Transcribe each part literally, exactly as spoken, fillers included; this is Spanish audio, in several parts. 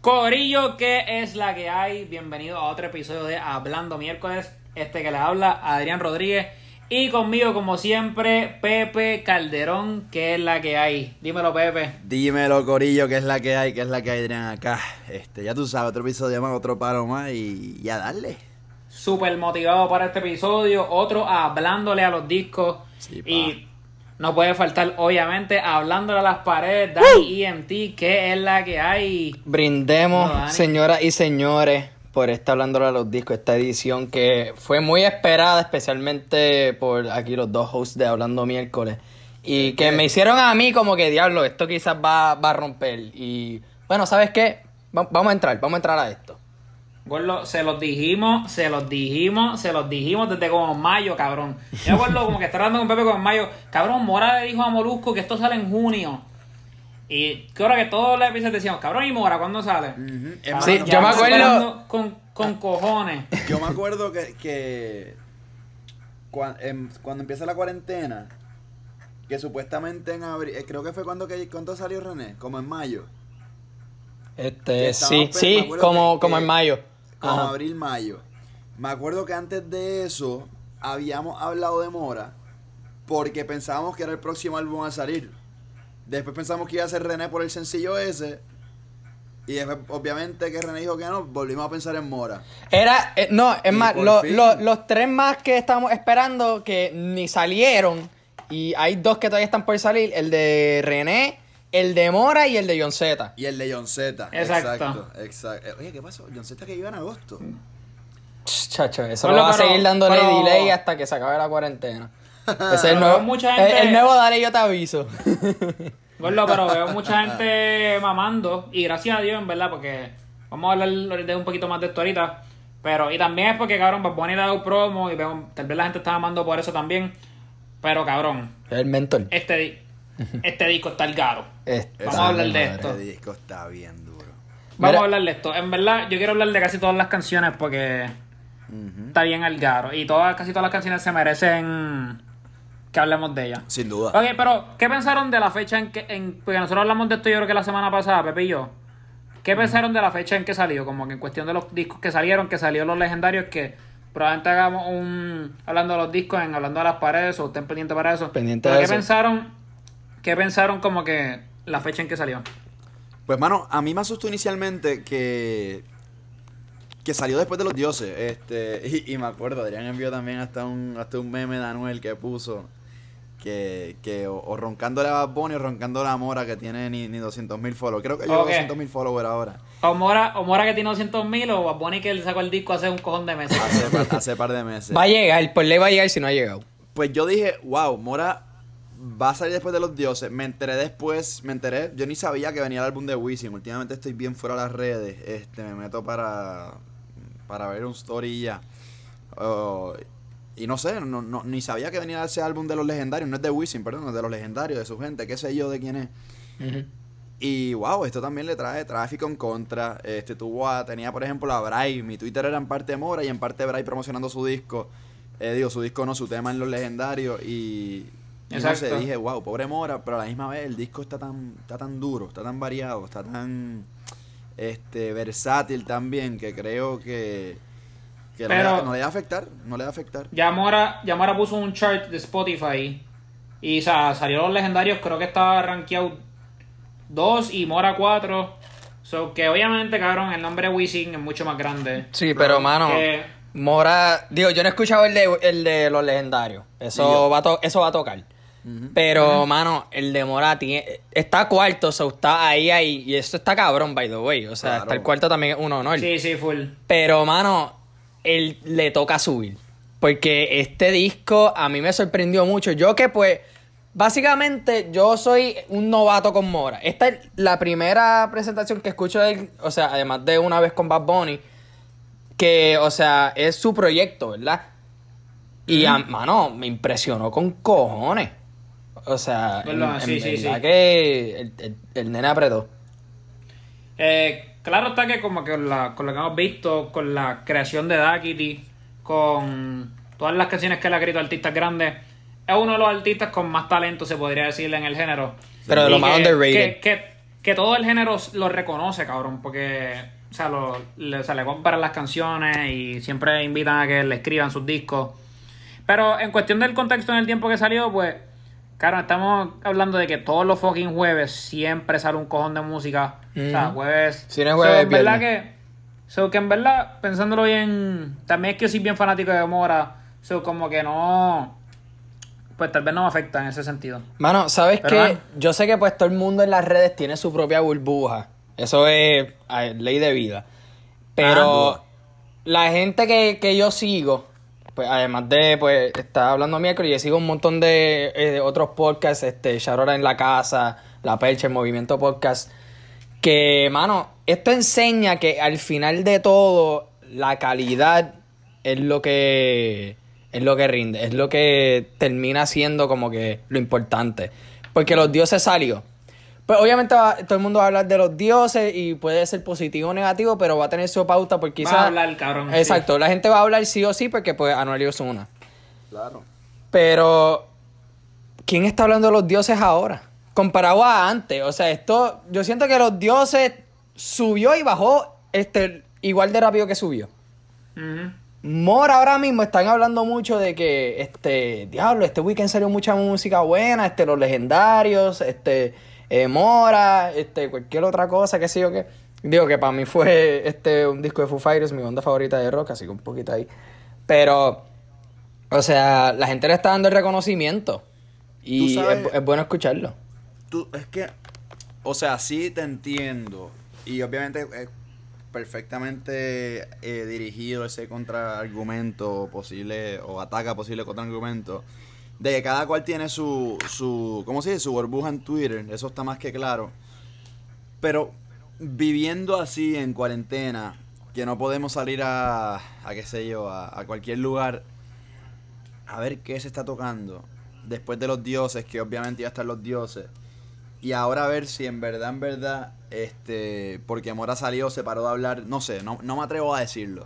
Corillo, ¿qué es la que hay? Bienvenido a otro episodio de Hablando Miércoles. Este que les habla, Adrián Rodríguez. Y conmigo, como siempre, Pepe Calderón, ¿qué es la que hay? Dímelo, Pepe. Dímelo, Corillo, ¿qué es la que hay? ¿Qué es la que hay, Adrián, acá? Este, ya tú sabes, otro episodio más, otro paro más y ya darle. Súper motivado para este episodio. Otro hablándole a los discos. Sí, pa. Y no puede faltar, obviamente, hablándole a las paredes. Dani E M T, ¿qué es la que hay? Brindemos, No, Dani. señoras y señores, por estar hablándole a los discos, esta edición que fue muy esperada, especialmente por aquí los dos hosts de Hablando Miércoles. Y que me hicieron a mí como que, diablo, esto quizás va, va a romper. Y bueno, ¿sabes qué? Va- vamos a entrar, vamos a entrar a esto. Gordo, se los dijimos, se los dijimos, se los dijimos desde como mayo, cabrón. Yo acuerdo como que está hablando con Pepe con mayo. Cabrón, Mora le dijo a Molusco que esto sale en junio. Y creo que todos los episodios decíamos, cabrón, ¿y Mora cuándo sale? Uh-huh. Cabrón, Sí, ya yo me estamos acuerdo- esperando Con, con cojones. Yo me acuerdo que, que cuan- em, cuando empieza la cuarentena, que supuestamente en abril, eh, creo que fue cuando, que, cuando salió René, como en mayo. Que Este, estábamos sí, pe- me sí, acuerdo como, que- como que- en mayo. Como Ajá. abril, mayo. Me acuerdo que antes de eso habíamos hablado de Mora porque pensábamos que era el próximo álbum a salir. Después pensamos que iba a ser René por el sencillo ese. Y después, obviamente, que René dijo que no, volvimos a pensar en Mora. Era, eh, no, es Y más, por lo- fin. lo- los tres más que estábamos esperando que ni salieron, y hay dos que todavía están por salir, el de René, el de Mora y el de John Z. Y el de John Z. Exacto. Exacto. exacto. Eh, Oye, ¿qué pasó? John Z que iba en agosto. Ch, Chacho, eso Bueno, lo va a pero- seguir dándole pero- delay hasta que se acabe la cuarentena. Ese es el Pero nuevo, mucha el- gente- el nuevo dale yo te aviso. Gordo, pero veo mucha gente mamando. Y gracias a Dios, en verdad, porque vamos a hablar de un poquito más de esto ahorita. Pero, y también es porque, cabrón, Bad Bunny le ha dado promo y veo, tal vez la gente está mamando por eso también. Pero, cabrón, El mentor. este, di- este disco está el caro. Este, Vamos a hablar de madre. esto. Este disco está bien duro. Vamos Mira- a hablar de esto. En verdad, yo quiero hablar de casi todas las canciones porque Ujú. está bien al garo. Y todas, casi todas las canciones se merecen que hablemos de ellas. Sin duda. Ok, pero ¿qué pensaron de la fecha en que... En, porque nosotros hablamos de esto yo creo que la semana pasada, Pepe y yo. ¿Qué pensaron de la fecha en que salió? Como que en cuestión de los discos que salieron, que salió Los Legendarios, que probablemente hagamos un... Hablando de los discos, en Hablando de las Paredes, o estén pendientes para eso. Pendiente Pero de ¿qué eso. pensaron? ¿Qué pensaron como que la fecha en que salió? Pues, mano, a mí me asustó inicialmente que que salió después de Los Dioses. Este, y, y me acuerdo, Adrián envió también hasta un hasta un meme de Anuel que puso que, que o, o roncándole a Bad Bunny o roncándole a Mora que tiene ni, ni doscientos mil followers. Creo que llegó Ok. a doscientos mil followers ahora. O Mora, o Mora que tiene doscientos mil, o Bad Bunny que él sacó el disco hace un cojón de meses. Hace, par, hace par de meses. Va a llegar, por ley va a llegar si no ha llegado. Pues yo dije, wow, Mora va a salir después de Los Dioses. Me enteré después, me enteré, yo ni sabía que venía el álbum de Wisin. Últimamente estoy bien fuera de las redes. Este, me meto para, para ver un story y ya. Oh, y no sé, no, no, ni sabía que venía ese álbum de Los Legendarios. No es de Wisin, perdón, es de Los Legendarios, de su gente, qué sé yo de quién es. Ujú. Y wow, esto también le trae tráfico en contra. Este tuvo a, tenía por ejemplo a Bray, mi Twitter era en parte Mora y en parte Bray promocionando su disco. Eh, digo, su disco no, su tema en Los Legendarios. Y, y no sé, Exacto. dije, wow, pobre Mora, pero a la misma vez el disco está tan, está tan duro, está tan variado, está tan este versátil también que creo que, que no, le, Pero- va- no le va a afectar, no le va a afectar. Ya Mora, ya Mora puso un chart de Spotify. Y o sea, salió Los Legendarios, creo que estaba rankeado dos y Mora cuatro. So que obviamente, cabrón, el nombre Wisin es mucho más grande. Sí, pero mano, Que- Mora, digo, yo no he escuchado el de, el de los legendarios. Ni yo. Eso va a to- eso va a tocar. Ujú. Pero, mano, el de Mora tiene, está cuarto, o sea, está ahí, ahí. Y eso está cabrón, by the way. O sea, Claro. está el cuarto también es un honor. Sí, sí, full. Pero, mano, él le toca subir. Porque este disco a mí me sorprendió mucho. Yo que, pues, básicamente yo soy un novato con Mora. Esta es la primera presentación que escucho de él, o sea, además de una vez con Bad Bunny, que, o sea, es su proyecto, ¿verdad? Y, a- mano, me impresionó con cojones. O sea, en, Verdad, en sí, sí, verdad sí. que el, el, el nene apretó. Eh, claro está que como que con, la, con lo que hemos visto, con la creación de Daquiti, con todas las canciones que él ha escrito a artistas grandes, es uno de los artistas con más talento, se podría decir, en el género. Pero de lo Y más que- underrated. Que, que, que todo el género lo reconoce, cabrón, porque, o sea, lo, le, o sea, le compran las canciones y siempre invitan a que le escriban sus discos. Pero en cuestión del contexto en el tiempo que salió, pues, claro, estamos hablando de que todos los fucking jueves siempre sale un cojón de música. Mm. O sea, jueves... Si no es jueves, so, en verdad que... So, que en verdad, pensándolo bien, también es que yo soy bien fanático de Mora. So, como que no... Pues tal vez no me afecta en ese sentido. Mano, ¿sabes Pero, qué? man, Yo sé que pues todo el mundo en las redes tiene su propia burbuja. Eso es ay, ley de vida. Pero Ah, la gente que, que yo sigo, pues además de, pues, está hablando miércoles, yo sigo un montón de eh, otros podcasts, este, Charora en la Casa, La Percha, el Movimiento Podcast, que, mano, esto enseña que al final de todo, la calidad es lo que... es lo que rinde, es lo que termina siendo como que lo importante. Porque Los Dioses salió. Pues obviamente va, todo el mundo va a hablar de Los Dioses y puede ser positivo o negativo, pero va a tener su pauta porque quizás... va a hablar, cabrón. Exacto, sí. La gente va a hablar sí o sí porque pues Anuel y Ozuna. Claro. Pero, ¿quién está hablando de Los Dioses ahora? Comparado a antes. O sea, esto... Yo siento que Los Dioses subió y bajó este igual de rápido que subió. Uh-huh. Mora ahora mismo están hablando mucho de que, este, diablo, este weekend salió mucha música buena, este, Los Legendarios, este, eh, Mora, este, cualquier otra cosa, qué sé yo qué. Digo que para mí fue, este, un disco de Foo Fighters, mi banda favorita de rock, así que un poquito ahí. Pero, o sea, la gente le está dando el reconocimiento y sabes- es, es bueno escucharlo. Tú, es que, o sea, sí te entiendo. Y obviamente es perfectamente eh, dirigido ese contraargumento posible o ataca posible contraargumento de que cada cual tiene su, su ¿cómo se dice? Su burbuja en Twitter. Eso está más que claro. Pero viviendo así en cuarentena, que no podemos salir a, a qué sé yo, a, a cualquier lugar a ver qué se está tocando después de Los Dioses, que obviamente ya están Los Dioses. Y ahora a ver si en verdad, en verdad, este, porque Mora salió, se paró de hablar, no sé, no, no me atrevo a decirlo.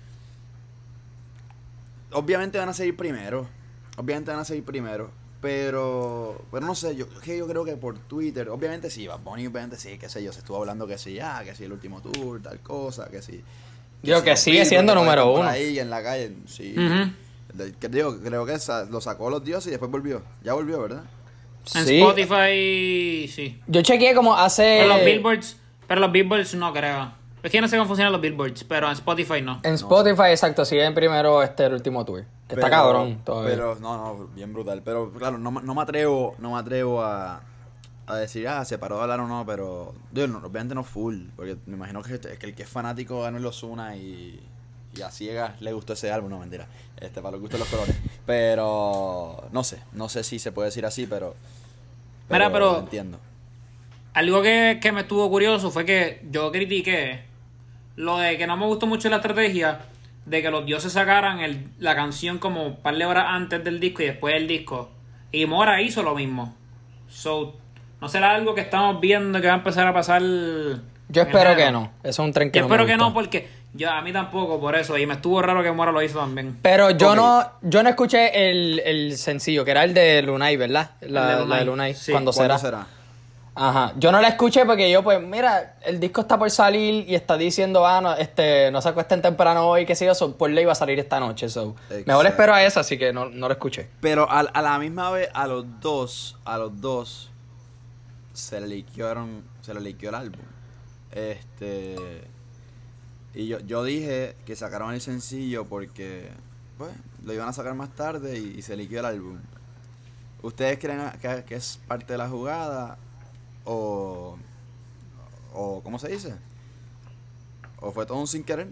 Obviamente van a seguir primero, obviamente van a seguir primero, pero, pero no sé, yo, que yo creo que por Twitter, obviamente sí, Bad Bunny, obviamente sí, qué sé yo, se estuvo hablando que sí, ah, que sí, el último tour, tal cosa, que sí. Digo que los sigue Beatles, siendo que número están por uno. ahí en la calle, sí. Uh-huh. De- que digo, creo que sa- lo sacó Los Dioses y después volvió, ya volvió, ¿verdad? En Sí. Spotify, sí. Yo chequeé como hace... Pero los Billboards, pero los Billboards no creo. Es que yo no sé cómo funcionan los Billboards, pero en Spotify no. En Spotify, exacto, sigue en primero este el último tour. Que está cabrón todavía. Pero, no, no, bien brutal. Pero, claro, no, me- no me atrevo, no me atrevo a, a decir, ah, se paró de hablar o no, pero, digo, no, obviamente no full, porque me imagino que, que el que es fanático de Anuel Ozuna y, y a ciegas le gustó ese álbum, no, mentira, este, para los gustos de los colores. Pero, no sé, no sé si se puede decir así, pero, Mira, pero- lo entiendo. Algo que, que me estuvo curioso fue que yo critiqué lo de que no me gustó mucho la estrategia de que Los Dioses sacaran el, la canción como un par de horas antes del disco y después del disco. Y Mora hizo lo mismo. So, ¿no será algo que estamos viendo que va a empezar a pasar? Yo espero que no. Eso es un tren que Yo no me espero que gusta. no, porque yo a mí tampoco, por eso. Y me estuvo raro que Mora lo hizo también. Pero yo Ok. no yo no escuché el, el sencillo, que era el de Lunay, ¿verdad? La El la de de Lunay, Lunay. sí. ¿Cuándo ¿Cuándo será? será? Ajá. Yo no la escuché porque yo, pues, mira, el disco está por salir y está diciendo, ah, no, este, no se acuesten temprano hoy, qué sé yo, so, por ley va a salir esta noche. So. Mejor Exacto. espero a esa, así que no, no lo escuché. Pero a, a la misma vez, a los dos, a los dos, se le liquearon, se le liqueó el álbum. Este. Y yo, yo dije que sacaron el sencillo porque, pues, lo iban a sacar más tarde y, y se liqueó el álbum. ¿Ustedes creen que, que es parte de la jugada? O, o, ¿cómo se dice? ¿O fue todo un sin querer?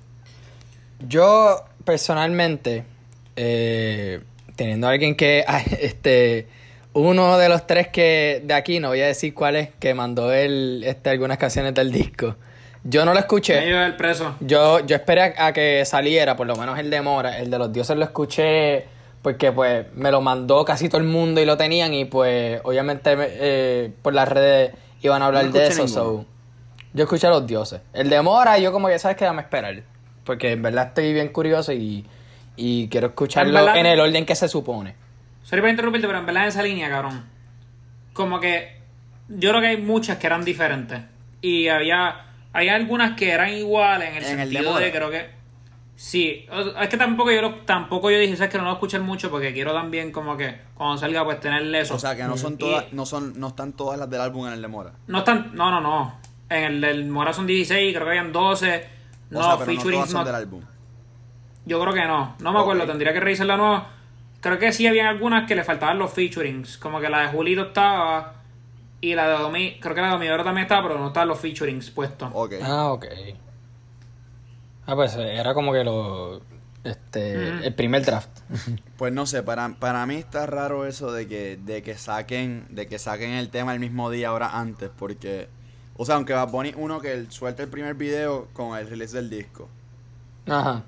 Yo, personalmente, eh, teniendo a alguien que, ay, este, uno de los tres que de aquí, no voy a decir cuál es, que mandó el, este, algunas canciones del disco. Yo no lo escuché. Medio del preso. Yo, yo esperé a, a que saliera, por lo menos el de Mora. El de Los Dioses lo escuché porque pues me lo mandó casi todo el mundo y lo tenían y pues obviamente eh, por las redes iban a hablar No de escuché eso. ninguno. So, yo escuché a Los Dioses. El de Mora yo como que sabes que dame esperar. Porque en verdad estoy bien curioso y, y quiero escucharlo En verdad- en el orden que se supone. Sorry por interrumpirte, pero en verdad en esa línea, cabrón. Como que yo creo que hay muchas que eran diferentes. Y había, había algunas que eran iguales en el En el de sentido Mora. de, creo que... Sí, es que tampoco yo lo- tampoco yo dije, sabes que no lo escuché mucho porque quiero también como que cuando salga pues tenerle eso. O sea, que no son Y- todas, no son, no están todas las del álbum en el de Mora. No están, no, no, no. En el del Mora son dieciséis, creo que habían doce. O No, sea, pero no featuring todas son no. del álbum. Yo creo que no. No me acuerdo, Ok. tendría que revisar la nueva. Creo que sí habían algunas que le faltaban los featurings. Como que la de Julito estaba. Y la de Domi, creo que la de Domidoro también estaba, pero no estaban los featurings puestos. Ok. Ah, ok. Ah, pues era como que lo... Este... Ujú. El primer draft. Pues no sé, para, para mí está raro eso de que, de que saquen, de que saquen el tema el mismo día, hora antes, porque, o sea, aunque Bad Bunny uno que él suelte el primer video con el release del disco. Ajá.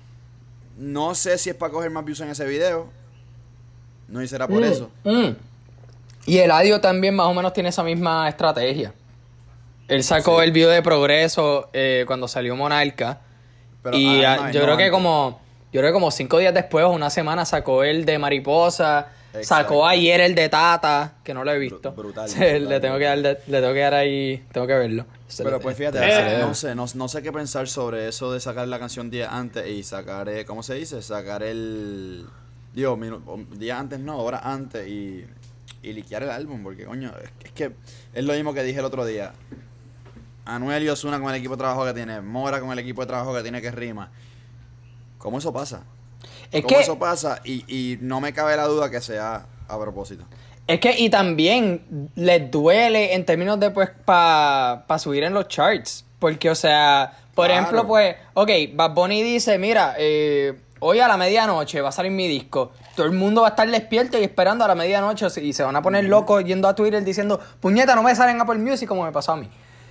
No sé si es para coger más views en ese video. No y será por Mm, eso. mm. Y Eladio también más o menos tiene esa misma estrategia. Él sacó Sí. el video de Progreso eh, cuando salió Monarca. Pero y a la ah, misma vez, yo no creo que antes. como yo creo que como cinco días después o una semana sacó el de Mariposa. Exacto. Sacó ayer el de Tata, que no lo he visto. Bru- brutal, Sí, brutal, le tengo que dar brutal. de- le tengo que dar ahí, tengo que verlo. Se Pero le- pues fíjate, se Eh. le- no sé, no, no sé qué pensar sobre eso de sacar la canción días antes y sacar, eh, ¿cómo se dice? Sacar el... Digo, minu- o- días antes no, horas antes y, y liquear el álbum, porque coño, es, que- es que es lo mismo que dije el otro día. Anuel y Ozuna con el equipo de trabajo que tiene, Mora con el equipo de trabajo que tiene que rima. ¿Cómo eso pasa? Es ¿Cómo que eso pasa? Y, y no me cabe la duda que sea a propósito. Es que, y también les duele en términos de, pues, para pa subir en los charts. Porque, o sea, por Claro. ejemplo, pues, ok, Bad Bunny dice, mira, eh, hoy a la medianoche va a salir mi disco. Todo el mundo va a estar despierto y esperando a la medianoche y se van a poner locos yendo a Twitter diciendo, puñeta, no me salen Apple Music como me pasó a mí.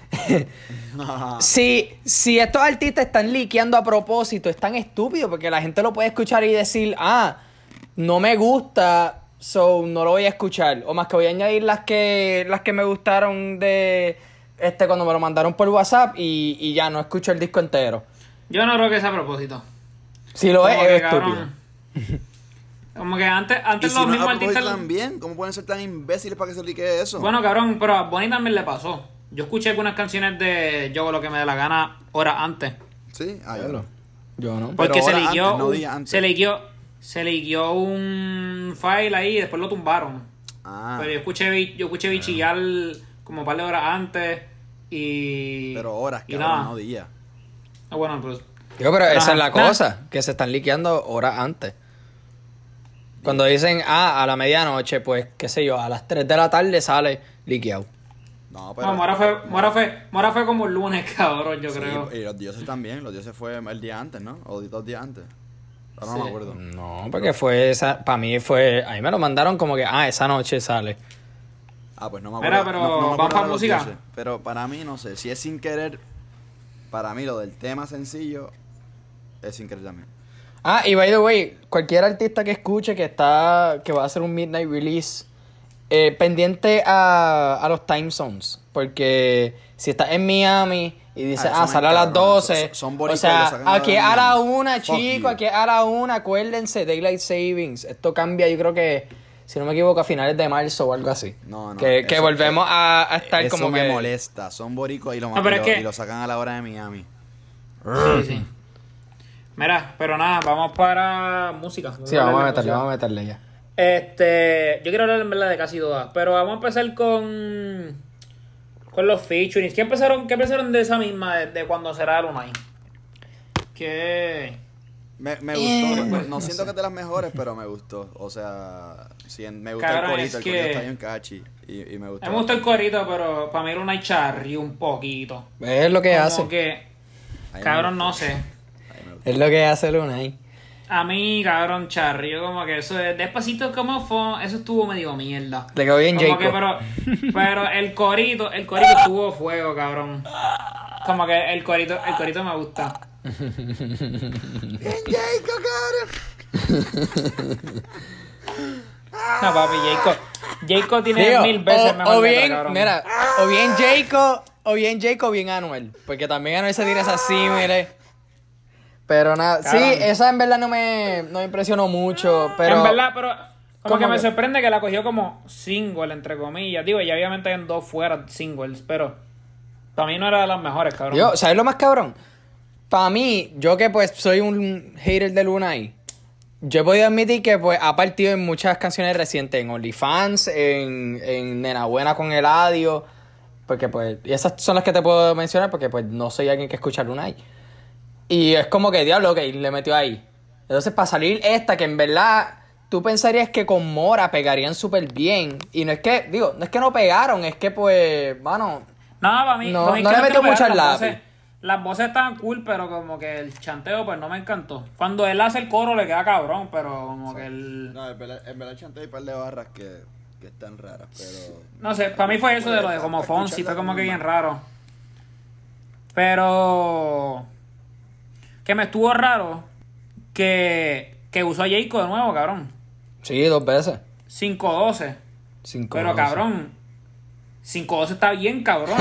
Si, si estos artistas están liqueando a propósito, es tan estúpido porque la gente lo puede escuchar y decir, ah, no me gusta, so no lo voy a escuchar. O más que voy a añadir las que las que me gustaron de este cuando me lo mandaron por WhatsApp y, y ya no escucho el disco entero. Yo no creo que sea a propósito. Si lo es, Como que, es estúpido. cabrón, Como que antes, Y antes si los no es a mismos propósito artistas. también, ¿cómo pueden ser tan imbéciles para que se liquee eso? Bueno, cabrón, pero a Bonnie también le pasó. Yo escuché algunas canciones de Yo hago lo que me dé la gana horas antes. Sí, ah, yo no. Yo no. Porque se horas liqueó, antes, no un- días antes. se liqueó, se liqueó un file ahí y después lo tumbaron. Ah, Pero yo escuché, bi- yo escuché bichillar como un par de horas antes y... pero horas, y cabrón, nada. no días. Ah, bueno, pues... Digo, pero esa Ajá. es la cosa, que se están liqueando horas antes. Cuando dicen, ah, a la medianoche, pues, qué sé yo, a las tres de la tarde sale liqueado. No, pero... No, Mora fue, Mora fue, Mora fue como el lunes, cabrón, yo Sí, creo. y los dioses también, los dioses fue el día antes, ¿no? O dos días antes. Ahora no Sí. me acuerdo. No, porque fue esa, para mí fue, a mí me lo mandaron como que, ah, esa noche sale. Ah, pues no me Mira, acuerdo. pero no, no me ¿vamos acuerdo pa' de los música? dioses. Pero para mí, no sé, si es sin querer, para mí lo del tema sencillo es sin querer también. Ah, y by the way, cualquier artista que escuche que está, que va a hacer un midnight release, eh, pendiente a, a los time zones, porque si estás en Miami y dices, Ah, eso ah, me sale a las encabrona. doce, Son- son o boricuas y lo sea, sacan a la aquí de a la Miami. una, Fuck chico, you. aquí a la una, acuérdense, Daylight Savings, esto cambia, yo creo que, si no me equivoco, a finales de marzo o algo así. No, no, Que, que eso- volvemos a, a estar Eso como me que... molesta. Son boricuas y lo, No, pero y es lo- que- y lo sacan a la hora de Miami. Sí, sí. Mira, pero nada, vamos para música. Sí, vamos a hablar de meterle, música. vamos a meterle ya. Este, yo quiero hablar en verdad de casi todas, pero vamos a empezar con con los featurings. ¿Qué empezaron, qué pensaron de esa misma de, de cuando será Lunay? Que Me, me Eh, gustó. No, no no siento sé. que es de las mejores, pero me gustó. O sea, sí, me gusta Cabrón, el corito. es El que- corito está bien catchy. Y, y me a gustó. mí me gusta el corito, pero para mí Lunay charrió un poquito. Es lo que Como hace. que, A mí me cabrón, gustó. no sé. A mí me gustó. Es lo que hace Luna ahí. A mí, cabrón, charrió como que eso de despacito como fue, eso estuvo medio mierda. Le quedó bien Como que, Jacob. pero, pero el corito, el corito estuvo fuego, cabrón. Como que el corito, el corito me gusta. Bien, Jacob, cabrón. No, papi, Jacob. Jacob tiene Digo, mil veces o, mejor o letra, bien, cabrón. mira, o bien Jacob, o bien Jacob, o bien Anuel. Porque también Anuel se tira esa símile. Pero nada, sí, Cabrón. esa en verdad no me, no me impresionó mucho. Pero En verdad, pero Como que me que- sorprende que la cogió como single, entre comillas. Digo, y obviamente en dos fuera singles, pero para mí no era de las mejores, cabrón. Yo, ¿sabes lo más cabrón? Para mí, yo que pues soy un hater de Lunay, yo he podido admitir que pues ha partido en muchas canciones recientes, en OnlyFans, en, en Nena Buena con Eladio, porque pues, y esas son las que te puedo mencionar porque pues no soy alguien que escucha Lunay. Y es como que, diablo, ok, le metió ahí. Entonces, para salir esta, que en verdad tú pensarías que con Mora pegarían súper bien. Y no es que, digo, no es que no pegaron, es que pues, mano, No, para mí, No, para mí no es que le es que metió lo mucho pegaron, al las lápiz. voces- Las voces estaban cool, pero como que el chanteo pues no me encantó. Cuando él hace el coro le queda cabrón, pero como que el... No, en verdad, en verdad chanté un par de barras que, que están raras, pero... No sé, para mí fue eso de lo de como Para Fonsi, fue escucharla como que bien normal. raro. Pero... Que me estuvo raro que, que usó a Jayco de nuevo, cabrón. sí, dos veces. cinco doce. Cinco Pero doce. cabrón, cinco doce está bien cabrón.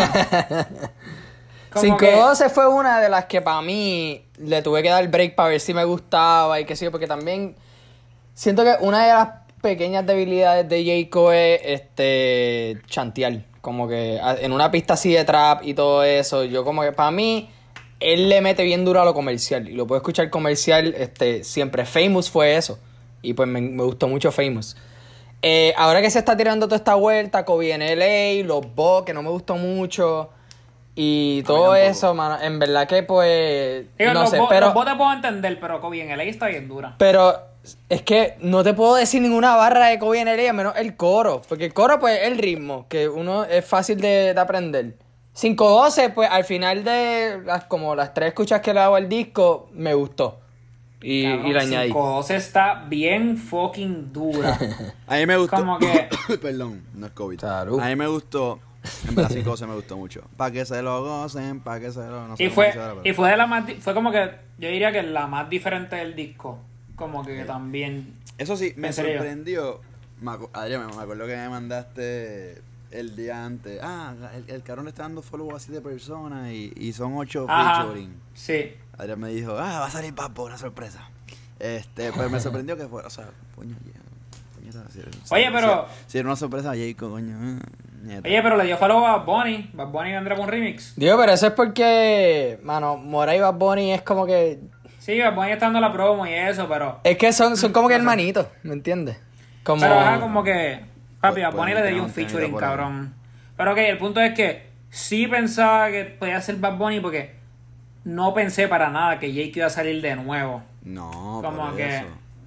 Como cinco que- doce fue una de las que para mí le tuve que dar break para ver si me gustaba y qué sé yo, porque también siento que una de las pequeñas debilidades de Jayco es este chantear. Como que a- en una pista así de trap y todo eso, yo como que para mí él le mete bien duro a lo comercial y lo puedo escuchar comercial este siempre. Famous fue eso y pues me, me gustó mucho Famous. Eh, ahora que se está tirando toda esta vuelta, Kobe en L A, los Bo, que no me gustó mucho, y todo tampoco. eso, mano, en verdad que pues, Digo, no los, sé, bo- pero, los botes puedo entender, pero Kobe en el A está bien dura. pero es que no te puedo decir ninguna barra de Kobe en L A, a menos el coro, porque el coro pues es el ritmo, que uno es fácil de, de aprender. cinco doce, pues al final de las, como las tres escuchas que le hago al disco, me gustó. Y, Cabrón, y la añadí. cinco doce está bien fucking dura. A mí me gustó... Como que- Perdón, no es COVID. Salud. A mí me gustó... En verdad, cinco doce me gustó mucho. Pa' que se lo gocen, pa' que se lo... No sé Y cómo fue, dice ahora, pero- y fue de la más, di- fue como que, yo diría que la más diferente del disco. Como que también. Eso sí, me ¿En serio? sorprendió. Me, acu- Adrián, me acuerdo que me mandaste el día antes. Ah, el, el cabrón le está dando follow a siete personas y, y son ocho Ajá. featuring. Sí. Adrián me dijo, ah, va a salir Papo, una sorpresa. Este, pues me sorprendió que fuera, o sea, coño, ya, coño, si- si- Oye, pero- Si, si era una sorpresa, Jacob, coño. ah, nieta. Oye, pero le dio follow a Bad Bunny. Bad Bunny vendrá con un remix. Digo, pero eso es porque, mano, Mora y Bad Bunny es como que... Sí, Bad Bunny está dando la promo y eso, pero. Es que son, son como que hermanitos, ¿me entiendes? Como... Pero ajá, como que. Papi, Pues- Bad Bunny pues le dio un literalmente han ido featuring, por ahí. cabrón. Pero ok, el punto es que sí pensaba que podía ser Bad Bunny porque no pensé para nada que Jake iba a salir de nuevo. No, Como por que- eso.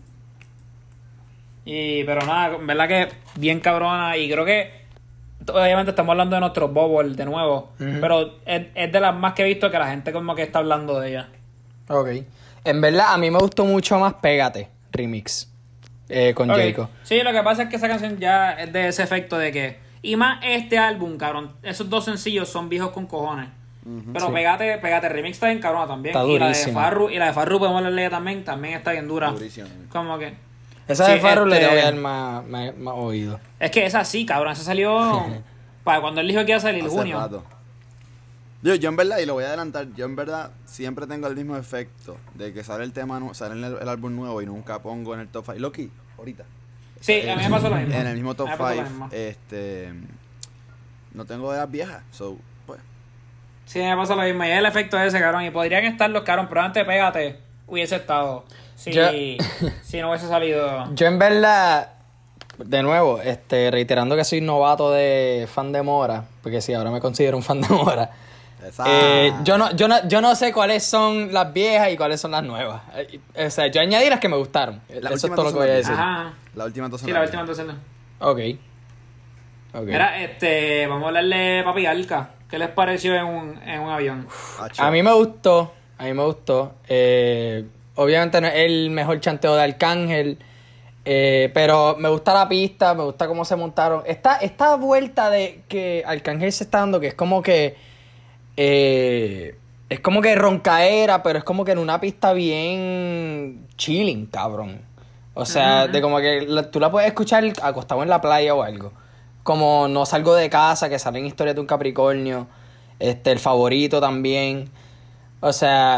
Y, pero nada, en verdad que bien cabrona. Y creo que, obviamente estamos hablando de nuestros Bubble de nuevo. Ujú. Pero es, es de las más que he visto que la gente como que está hablando de ella. Ok. En verdad, a mí me gustó mucho más Pégate, remix, eh, con Ok. Jayco. Sí, lo que pasa es que esa canción ya es de ese efecto de que... Y más este álbum, cabrón. Esos dos sencillos son viejos con cojones. Pero Sí. pégate, pégate remix está bien cabrona también. Está y la de durísima. Farru, y la de Farru podemos leerle también, también está bien dura. Durísimo. Como que... Esa Sí, de Farro le este- tengo que dar más, más, más oído. Es que esa sí, cabrón. Esa salió... para cuando él dijo que iba a salir Hace junio. rato. Yo, yo en verdad, y lo voy a adelantar, yo en verdad siempre tengo el mismo efecto de que sale el tema, nu- sale el, el álbum nuevo y nunca pongo en el top cinco. Loki, ahorita. Sí, a mí me pasó lo mismo. En el mismo top A mí me pasó lo cinco, mismo. este, no tengo de las viejas, so, pues, Sí, me pasa lo mismo. Y es el efecto ese, cabrón. Y podrían estar los cabrón, pero antes pégate hubiese estado. Si, Yo- si no hubiese salido. Yo en verdad, de nuevo, este, reiterando que soy novato de fan de Mora, porque sí, ahora me considero un fan de Mora. esa... Eh, yo, no, yo, no, yo no sé cuáles son las viejas y cuáles son las nuevas. Eh, O sea, yo añadí las que me gustaron. Las Eso es últimas todo lo dos que voy a son las decir. Ajá. La última dos son Sí, la las última viejas. entonces. Ok. Ok. Mira, este, vamos a hablarle Papi Alca. ¿Qué les pareció en un, en un avión? Acho. A mí me gustó, a mí me gustó. Eh, obviamente no es el mejor chanteo de Arcángel, eh, pero me gusta la pista, me gusta cómo se montaron. Esta, esta vuelta de que Arcángel se está dando, que es como que... eh, es como que roncaera, pero es como que en una pista bien chilling, cabrón. O sea, de como que la- tú la puedes escuchar acostado en la playa o algo. Como No Salgo de Casa, que sale en Historia de un Capricornio. Este, El Favorito también. O sea,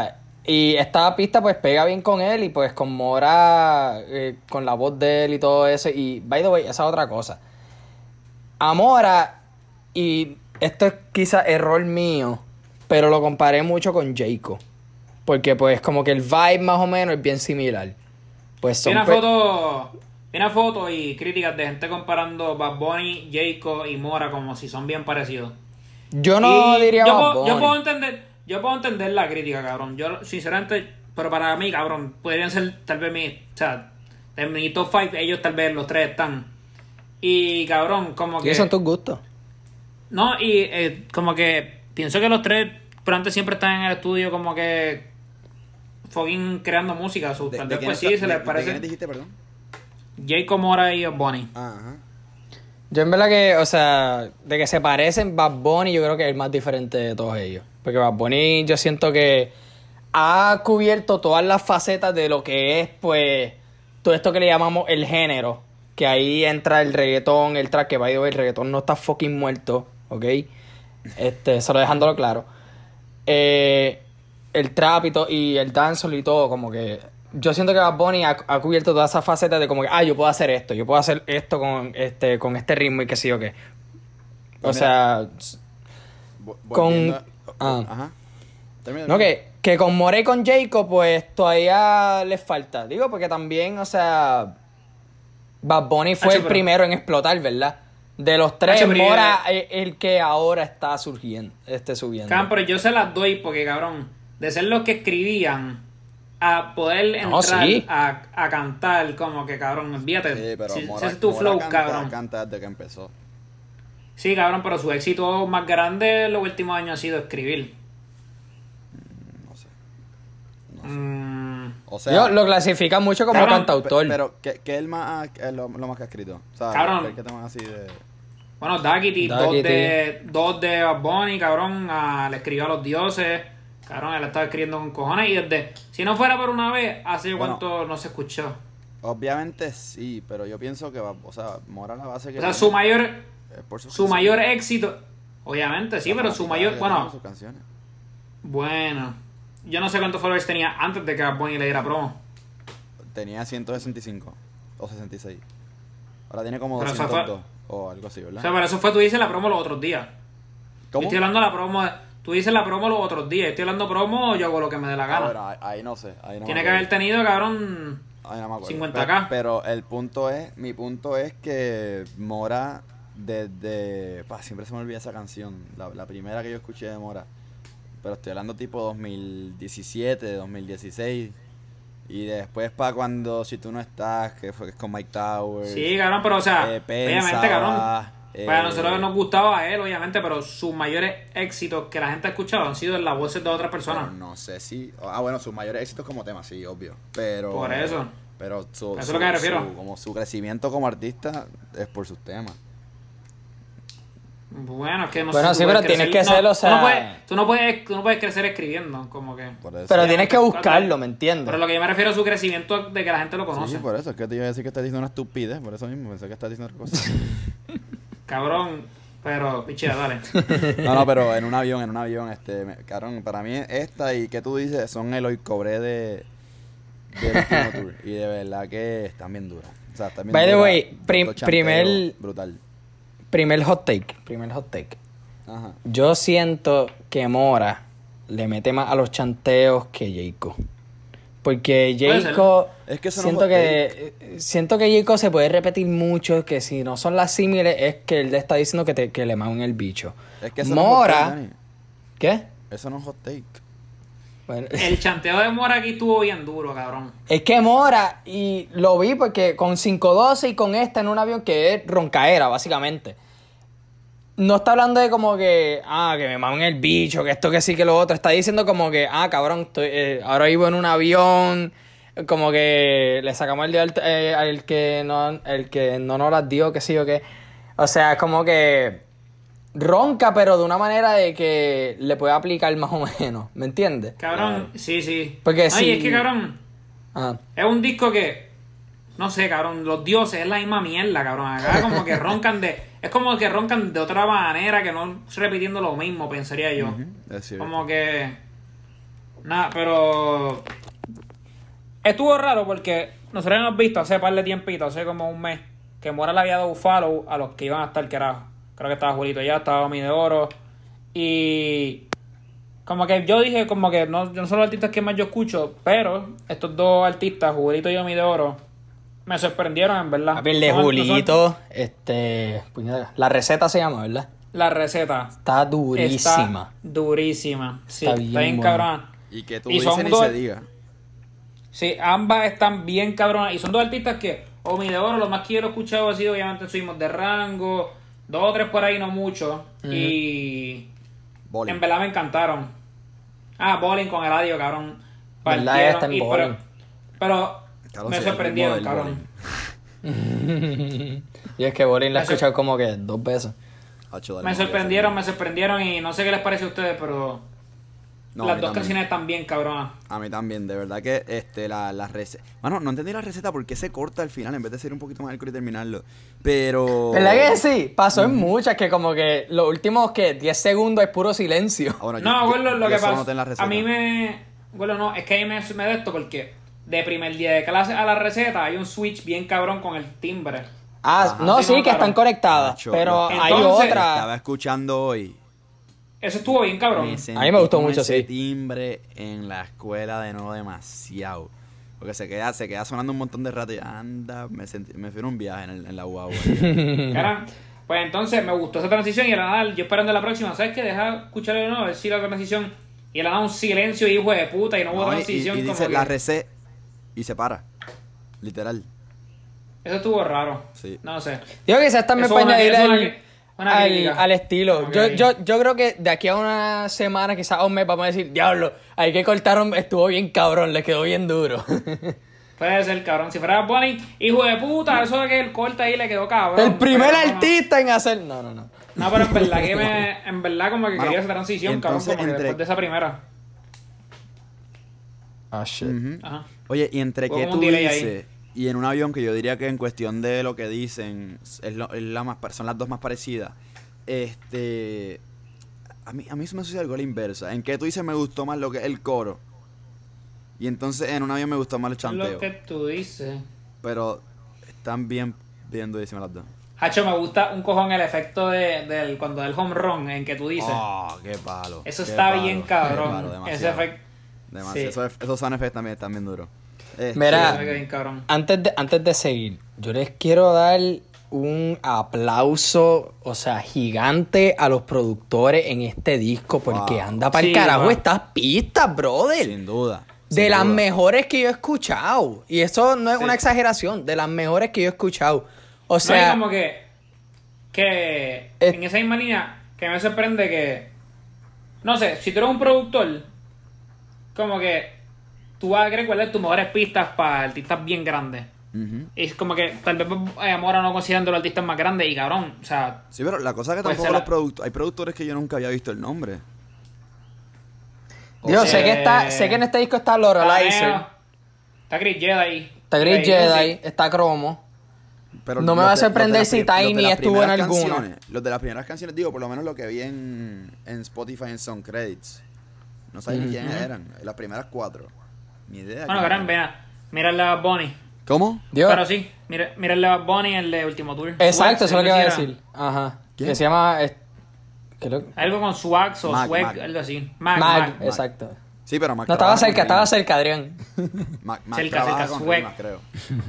Y esta pista pues pega bien con él y pues con Mora, eh, con la voz de él y todo eso. Y by the way, esa es otra cosa. A Mora, y esto es quizás error mío, pero lo comparé mucho con Jayco. Porque pues como que el vibe más o menos es bien similar. Pues son Vi una pe- foto, vi una foto y críticas de gente comparando Bad Bunny, Jayco y Mora como si son bien parecidos. Yo no Y diría yo, Bad puedo, yo Bunny. puedo entender, yo puedo entender la crítica, cabrón. Yo sinceramente, pero para mí, cabrón, podrían ser tal vez mi, o sea, de mi top cinco, ellos tal vez los tres están. Y cabrón, como que ¿Qué son tus gustos? no, y eh, como que pienso que los tres pero antes siempre están en el estudio como que fucking creando música. So, ¿De, tal de vez quién pues está- sí, se de- les de parece. quiénes dijiste, perdón? Jayco, Mora y Bad Bunny. Ah, ajá. Yo en verdad que, o sea, de que se parecen, Bad Bunny yo creo que es el más diferente de todos ellos. Porque Bad Bunny yo siento que ha cubierto todas las facetas de lo que es, pues, todo esto que le llamamos el género. Que ahí entra el reggaetón, el trap, que by the way, el reggaetón no está fucking muerto, ¿ok? Este, solo dejándolo claro. Eh, el trap y, to- y el dancehall y todo, como que... Yo siento que Bad Bunny ha, ha cubierto todas esas facetas de como que, ah, yo puedo hacer esto, yo puedo hacer esto con este, con este ritmo y qué sé yo qué. O Pues sea, Vo- Con- volviendo a- ah. Ajá. Termina, no termina. que, que con More y con Jayco, pues todavía les falta. Digo, porque también, o sea, Bad Bunny fue Hacho, el pero- primero en explotar, ¿verdad? De los tres, Hacho, pero yo- Mora es el que ahora está surgiendo, este subiendo. Cabrón, pero yo se las doy porque, cabrón, de ser los que escribían a poder No, entrar sí. a, a cantar, como que, cabrón, olvídate. Sí, pero si, Mora, si ese es tu Mora flow, canta, cabrón. canta desde que empezó. Sí, cabrón, pero su éxito más grande en los últimos años ha sido escribir. No sé. Mm, O sea, Yo lo clasifican mucho como Cabrón, cantautor. pe- pero ¿qué, qué es el más, qué es lo, lo más que ha escrito? O sea, Cabrón. ¿qué temas así de...? bueno, Daquiti, dos Daquiti. de, dos de Bad Bunny, cabrón, a- le escribió a los dioses. Cabrón, él estaba escribiendo con cojones y desde... Si no fuera por una vez, hace Bueno. cuánto no se escuchó. Obviamente sí, pero yo pienso que va, o sea, Mora la base que O sea, tiene su mayor... es por sus Su canciones. mayor éxito... Obviamente, sí, La pero su fanaticada mayor... que tiene Bueno, por sus canciones. bueno. Yo no sé cuántos followers tenía antes de que Bad Bunny le diera promo. Tenía ciento sesenta y cinco o sesenta y seis. Ahora tiene como Pero eso doscientos fue- dos o algo así, O ¿verdad? sea, pero eso fue, tú dices la promo los otros días. Yo ¿Cómo? estoy hablando de la promo... de- Tú dices la promo los otros días. Estoy hablando promo, yo hago lo que me dé la Ah, gana. bueno, ahí, ahí no sé. Ahí no Tiene me que acuerdo. haber tenido, cabrón... Ay, no me acuerdo. cincuenta Pero, K. pero el punto es, mi punto es que Mora, desde, pa, siempre se me olvida esa canción, la, la primera que yo escuché de Mora, pero estoy hablando tipo dos mil diecisiete, dos mil dieciséis, y después para cuando Si Tú No Estás, que fue que es con Mike Towers. Sí, cabrón, pero o sea, eh, obviamente, Pensaba, cabrón. eh, Para nosotros nos gustaba a él, obviamente, pero sus mayores éxitos que la gente ha escuchado han sido en las voces de otras pero personas. no sé si, ah bueno, sus mayores éxitos como tema, sí, obvio, pero... Por eso. Pero su, Eso es su- lo que me refiero. su- como su crecimiento como artista es por sus temas. Bueno, es que no Bueno, sé. sí, tú pero puedes tienes crecer- que ser, no, o sea- Tú no, puedes, tú, no puedes, tú no puedes crecer escribiendo, como que. Por eso. Pero Sí, tienes que pero- buscarlo, ¿me entiendes? Pero lo que yo me refiero a su crecimiento de que la gente lo conoce. Sí, por eso, es que te iba a decir que estás diciendo una estupidez, por eso mismo, pensé que estás diciendo otra cosa. Cabrón, pero, pichea, dale. No, no, pero en un avión, en un avión, este, me- cabrón, para mí esta y que tú dices son el hoy cobré de del último tour y de verdad que están bien duras. O sea, están bien By the duras, way, tanto prim- chanteo, primer- brutal. Primer hot take, primer hot take. Ajá. Yo siento que Mora le mete más a los chanteos que Jayco. Porque Puede Jayco, Es que eso no es siento hot que eh, siento que Jayco se puede repetir mucho, que si no son las símiles es que él le está diciendo que, te, que le mamen el bicho. Es que eso no es hot Mora, take, Dani. ¿qué? Eso no es hot take. Bueno, El chanteo de Mora aquí estuvo bien duro, cabrón. es que Mora, y lo vi porque con cinco doce y con esta en un avión que es roncaera, básicamente. No está hablando de como que, ah, que me mamen el bicho, que esto, que sí, que lo otro. Está diciendo como que, ah, cabrón, estoy, eh, ahora vivo en un avión, como que le sacamos el día al, eh, al que no, el que no nos las dio, que sí o qué. O sea, es como que ronca, pero de una manera de que le puede aplicar más o menos, ¿me entiendes? Cabrón, sí, sí. Porque Ay, si- es que, cabrón, Ajá. es un disco que, no sé, cabrón, los dioses es la misma mierda, cabrón. Acá como que roncan de, es como que roncan de otra manera, que no repitiendo lo mismo, pensaría yo. Ujú, es cierto. Como que, Nada, pero... Estuvo raro porque nosotros hemos visto hace par de tiempito, hace como un mes, que Mora le había dado un follow a los que iban a estar, que era... Creo que estaba Julito ya, estaba Omi de Oro. Y... Como que yo dije, como que no, yo no son los artistas que más yo escucho, pero estos dos artistas, Julito y Omi de Oro, me sorprendieron, en verdad. Papi, el de Son- Julito, son- este... puñeta, la receta se llama, ¿verdad? La receta. Está durísima. Está durísima. Sí, Está está bien bien, buena. cabrona. Y que tú Y son dices ni dos- se diga. Sí, ambas están bien cabronas. Y son dos artistas que, Omi de Oro, lo más que yo lo he escuchado ha sido obviamente Subimos de Rango, dos o tres por ahí, no mucho. Y Bowling. en verdad me encantaron. Ah, Bowling con Eladio, cabrón. ¿Verdad? Partieron Está en y- Bowling. pero, pero Cabrón, me sí, el sorprendieron, ritmo del cabrón. Y es que Bolin la he Me sor- escuchado como que dos veces. Hacho, dale, Me no voy a sorprendieron, me hacer. sorprendieron y no sé qué les parece a ustedes, pero No, a las mí dos también. canciones están bien cabronas. A mí también, de verdad que este la, la receta. Bueno, no entendí la receta porque se corta al final en vez de ser un poquito más alcohol y terminarlo. Pero. ¿Verdad que sí? Pasó en muchas que como que los últimos que diez segundos es puro silencio. Ah, bueno, yo- No, yo- abuelo, lo yo que eso lo pasa. noté en la receta. A mí me. Bueno, no, es que a mí me, me de esto porque de primer día de clase a la receta hay un switch bien cabrón con el timbre. Ah, Ajá. no, Sí, sí, no, que claro. están conectadas. Hacho, Pero lo- hay Entonces- otra. Estaba escuchando hoy. Eso estuvo bien cabrón. Me A sentí mí me gustó con mucho, ese sí. timbre en la escuela de nuevo demasiado. Porque se queda, se queda sonando un montón de rato y anda, me sentí, me fui en un viaje en, el- en la guagua. Cara, pues entonces me gustó esa transición y el nada, yo esperando la próxima, ¿sabes qué? Deja escucharlo de nuevo, a ver si la transición. Y el nada un silencio, hijo de puta, y no hubo No, y, y- transición. y como dice que- la recé y se para. Literal. Eso estuvo raro. Sí. No sé. Digo que quizás también Eso para es una- añadir eso es una al, cri- una al, crítica. al estilo. Ok. Yo, yo, yo creo que de aquí a una semana, quizás a un mes, vamos a decir, diablo, hay que cortar, un- estuvo bien cabrón, le quedó bien duro. Puede ser, cabrón. Si fuera Bonnie, hijo de puta, eso de que el corte ahí le quedó cabrón. El primer Pero no, artista en hacer... No, no, no. No, pero en verdad que me. En verdad como que Mano, quería esa transición, entonces, cabrón, como que entre- después de esa primera. Ah, shit. Ujú. Ajá. Oye, y entre Hubo qué como un tú delay ahí. dices y en un avión que yo diría que en cuestión de lo que dicen es lo- es la más, par- son las dos más parecidas. Este, a mí a mí se me sucede algo a la inversa. En que tú dices me gustó más lo que es el coro y entonces en un avión me gustó más el Es chanteo. lo que tú dices. Pero están bien bien durísimas las dos. Hacho, me gusta un cojón el efecto de, del cuando del home run en que tú dices. Oh, qué palo. Eso qué está palo, bien qué cabrón. palo, Ese demasiado, efecto. demasiado. sí. Esos, esos sound effects también están bien duros. Este, Mira, Sí, bien cabrón. Antes de, antes de seguir, yo les quiero dar un aplauso, o sea, gigante a los productores en este disco, porque Wow. anda para el Sí, carajo wow. estas pistas, brother. sin duda. De sin las duda. mejores que yo he escuchado. Y eso no es Sí. una exageración, de las mejores que yo he escuchado. O No, y sea, como que. Que. Eh. En esa misma línea, que me sorprende que. No sé, si tú eres un productor. Como que. Tú vas a querer guardar tus mejores pistas para artistas bien grandes. Ujú. Y es como que tal vez eh, Mora no considerando los artistas más grandes y cabrón. O sea, Sí, pero la cosa es que Pues tampoco se la- los productores... Hay productores que yo nunca había visto el nombre. Dios, sé Eh, que está, sé que en este disco está Loralizer, Neo, está Chris Jedi. está Great Jay Jedi, Music. está Cromo. Pero No me los va a de- sorprender los de si las pri- los de Tiny las estuvo en primeras alguna. canciones, los de las primeras canciones, digo, por lo menos lo que vi en, en Spotify en Song Credits. No sabía ni quiénes eran. Las primeras cuatro. Ni idea. Bueno, quién gran, eran. vea. Mira el de Bad Bunny. ¿Cómo? Dios. Pero sí, mira, mira el de Bad Bunny, el de Último Tour. Exacto, eso es lo que iba a Swags, decir. Ajá. ¿Quién? Que se llama... eh, ¿qué lo- Algo con Swags o Mag, Swag, Mag. algo así. Mag, Mag, Mag. exacto. Sí, pero Mac No, estaba trabaja cerca, con estaba rimas. cerca, Adrián. Mac, Mac Cerca, trabaja cerca, con Swag. rimas, creo.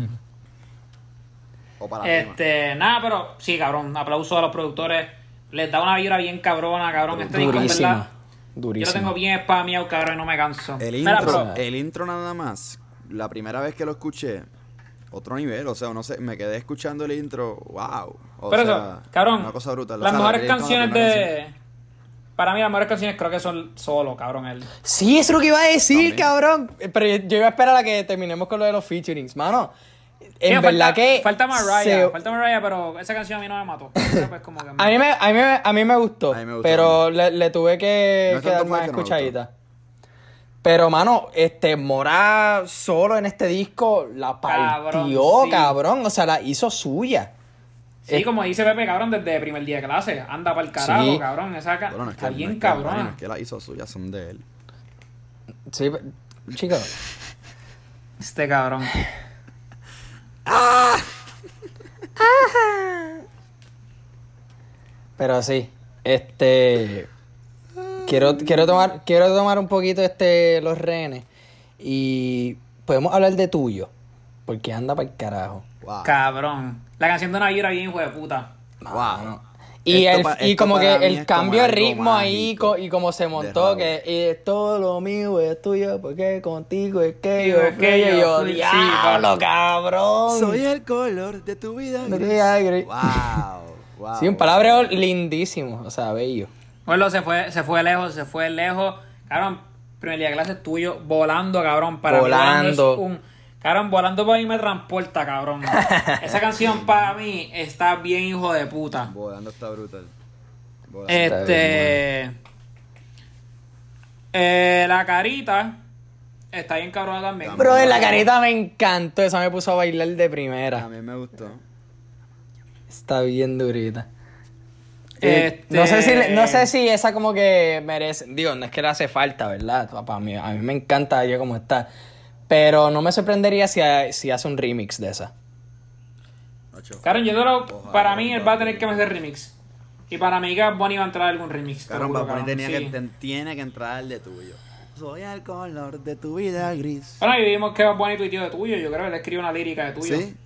O para rimas. Este, nada, pero sí, cabrón. Aplauso a los productores. Les da una vibra bien cabrona, cabrón. Este disco, en verdad. Durísima. Yo lo Durísima. tengo bien spameado, cabrón, y no me canso. El Mira, intro, pero- el intro nada más, la primera vez que lo escuché, otro nivel, o sea, no sé, me quedé escuchando el intro, wow. O Pero sea, eso, cabrón, una cosa brutal. O las sea, mejores el intro de la canciones primera de... Para mí las mejores canciones creo que son solo, cabrón. El... Sí, eso es lo que iba a decir, También. cabrón. Pero yo, yo iba a esperar a que terminemos con lo de los featurings. Mano, en Sí, verdad falta, que... Falta Mariah, se- falta Mariah, pero esa canción a mí no me mató. Esa, pues, como que A mí me, a mí me, a mí me gustó, A mí me gustó pero le, le tuve que, No es que tanto dar más fue que no me escuchadita. Pero, mano, este, Mora solo en este disco la partió, Cabrón, sí. cabrón. O sea, la hizo suya. Sí, Eh, como dice Pepe, cabrón, desde el primer día de clase. Anda para el carajo, Sí. cabrón. Esa ca... Bueno, no es que, Está no bien es que- bueno, cabrón. no es que las hizo suyas, son de él. Sí, chicos. Este cabrón. Pero sí, este quiero quiero tomar quiero tomar un poquito este los rehenes y podemos hablar de tuyo, porque anda para el carajo. Wow. Cabrón. La canción de una vibra bien hijo de puta. Wow. Y Esto el pa- y esto como que para mí el es cambio como de algo ritmo ahí mágico co- y como se de montó Raúl. que y es todo lo mío es tuyo porque contigo es que Digo, yo es que fui, yo yo fui, sí, diablo pa- cabrón. Soy el color de tu vida De tu gris. vida gris. Wow. Wow. Sí, un palabreo lindísimo, o sea, bello. Bueno, se fue, se fue lejos, se fue lejos. Cabrón, primer día de clase es tuyo, volando, cabrón. Para Volando. mí, volando es un. Cabrón, volando para mí me transporta, cabrón. Esa canción para mí está bien hijo de puta. Volando está brutal. Volando. Este. Eh, la carita está bien cabrona también. Bro, en la carita me encantó, esa me puso a bailar de A primera. mí me gustó. Está bien durita. Este- No sé si no sé si esa como que merece, digo, no es que le hace falta, ¿verdad? Para mí, a mí me encanta ella como está, pero no me sorprendería si, ha- si hace un remix de esa. Ocho. Cabrón, yo creo, Ojalá, para mí él va a papi. tener que hacer remix. Y para mí que Bonnie va a entrar a algún remix. te lo Caramba, juro, Bonnie cabrón, tenía sí. que, ten- tiene que entrar el de tuyo. Soy el color de tu vida gris. Bueno, y vimos que Bonnie tuiteó de tuyo. Yo creo que él escribió una lírica de tuyo. ¿Sí?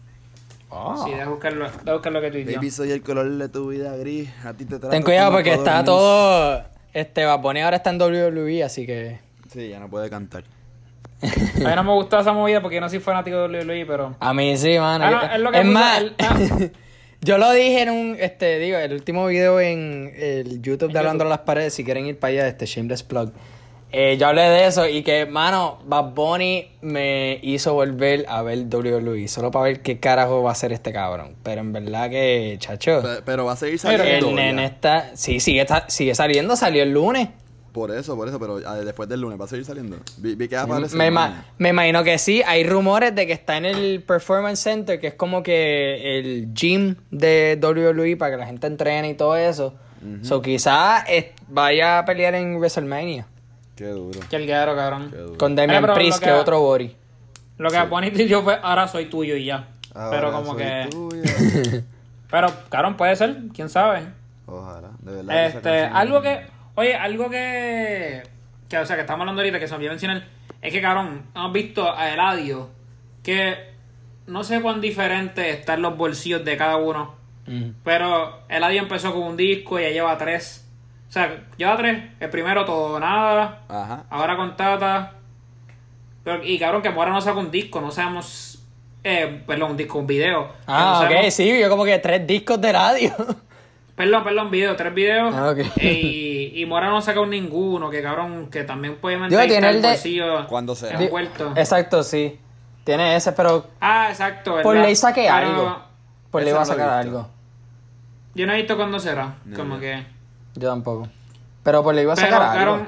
Sí, deja buscarlo, deja buscar lo que tuiteó. Baby, soy el color de tu vida gris. A ti te trato Ten cuidado como porque está codorniz. todo, este, Bad Bunny ahora está en W W E, así que... Sí, ya no puede cantar. A mí no me gustaba esa movida porque yo no soy fanático de W W E, pero... A mí sí, mano. Ah, no, es lo que es puso más, él- ah. yo lo dije en un, este, digo, el último video en el YouTube de En Hablando a YouTube. las Paredes, si quieren ir para allá, este Shameless Plug. Eh, yo hablé de eso y que, mano, Bad Bunny me hizo volver a ver W W E, solo para ver qué carajo va a hacer este cabrón. Pero en verdad que, chacho, Pe- Pero va a seguir Pero saliendo. el nene ya. está, sí, sigue, está- sigue saliendo, salió el lunes. Por eso, por eso, pero ah, después del lunes va a seguir saliendo. Vi, vi que aparece. Me, mañana. ima- me imagino que sí. Hay rumores de que está en el Performance Center, que es como que el gym de W W E para que la gente entrene y todo eso. So quizás eh, vaya a pelear en WrestleMania Qué duro. Que el guerrero, cabrón. Qué duro. con Damian Eh, pero Priest, lo que que- es otro Bori. Lo que Bonnie tuiteó fue, ahora soy tuyo y ya. Ahora pero como soy que... tuyo. Pero, cabrón, puede ser, quién sabe. Ojalá, de verdad. que esa Este, canción- algo que... Oye, algo que... Que, o sea, que estamos hablando ahorita, que se me olvidó mencionar, es que, cabrón, hemos visto a Eladio que no sé cuán diferente están los bolsillos de cada uno, Mm. pero Eladio empezó con un disco y ya lleva tres. O sea, lleva tres. El primero Todo o Nada, Ajá. ahora con Tata. Pero, y cabrón, que ahora no saca un disco, no sabemos... Eh, perdón, un disco, un video. Que no Ah, ok, sabemos- sí, yo como que tres discos de radio. Perdón, perdón, video, tres videos. Ah, ok. Y, y Mora no ha sacado ninguno, que cabrón, que también puede Digo, mantener tiene el el de- bolsillo ¿Cuándo será? Di- envuelto. Exacto, sí. Tiene ese, pero Ah, exacto, ¿verdad? por ley saque Pero algo. Por ley Ese va a no lo he sacar visto. algo. Yo no he visto cuándo será, No, como no. que... Yo tampoco. Pero por ley va a Pero, sacar algo. cabrón,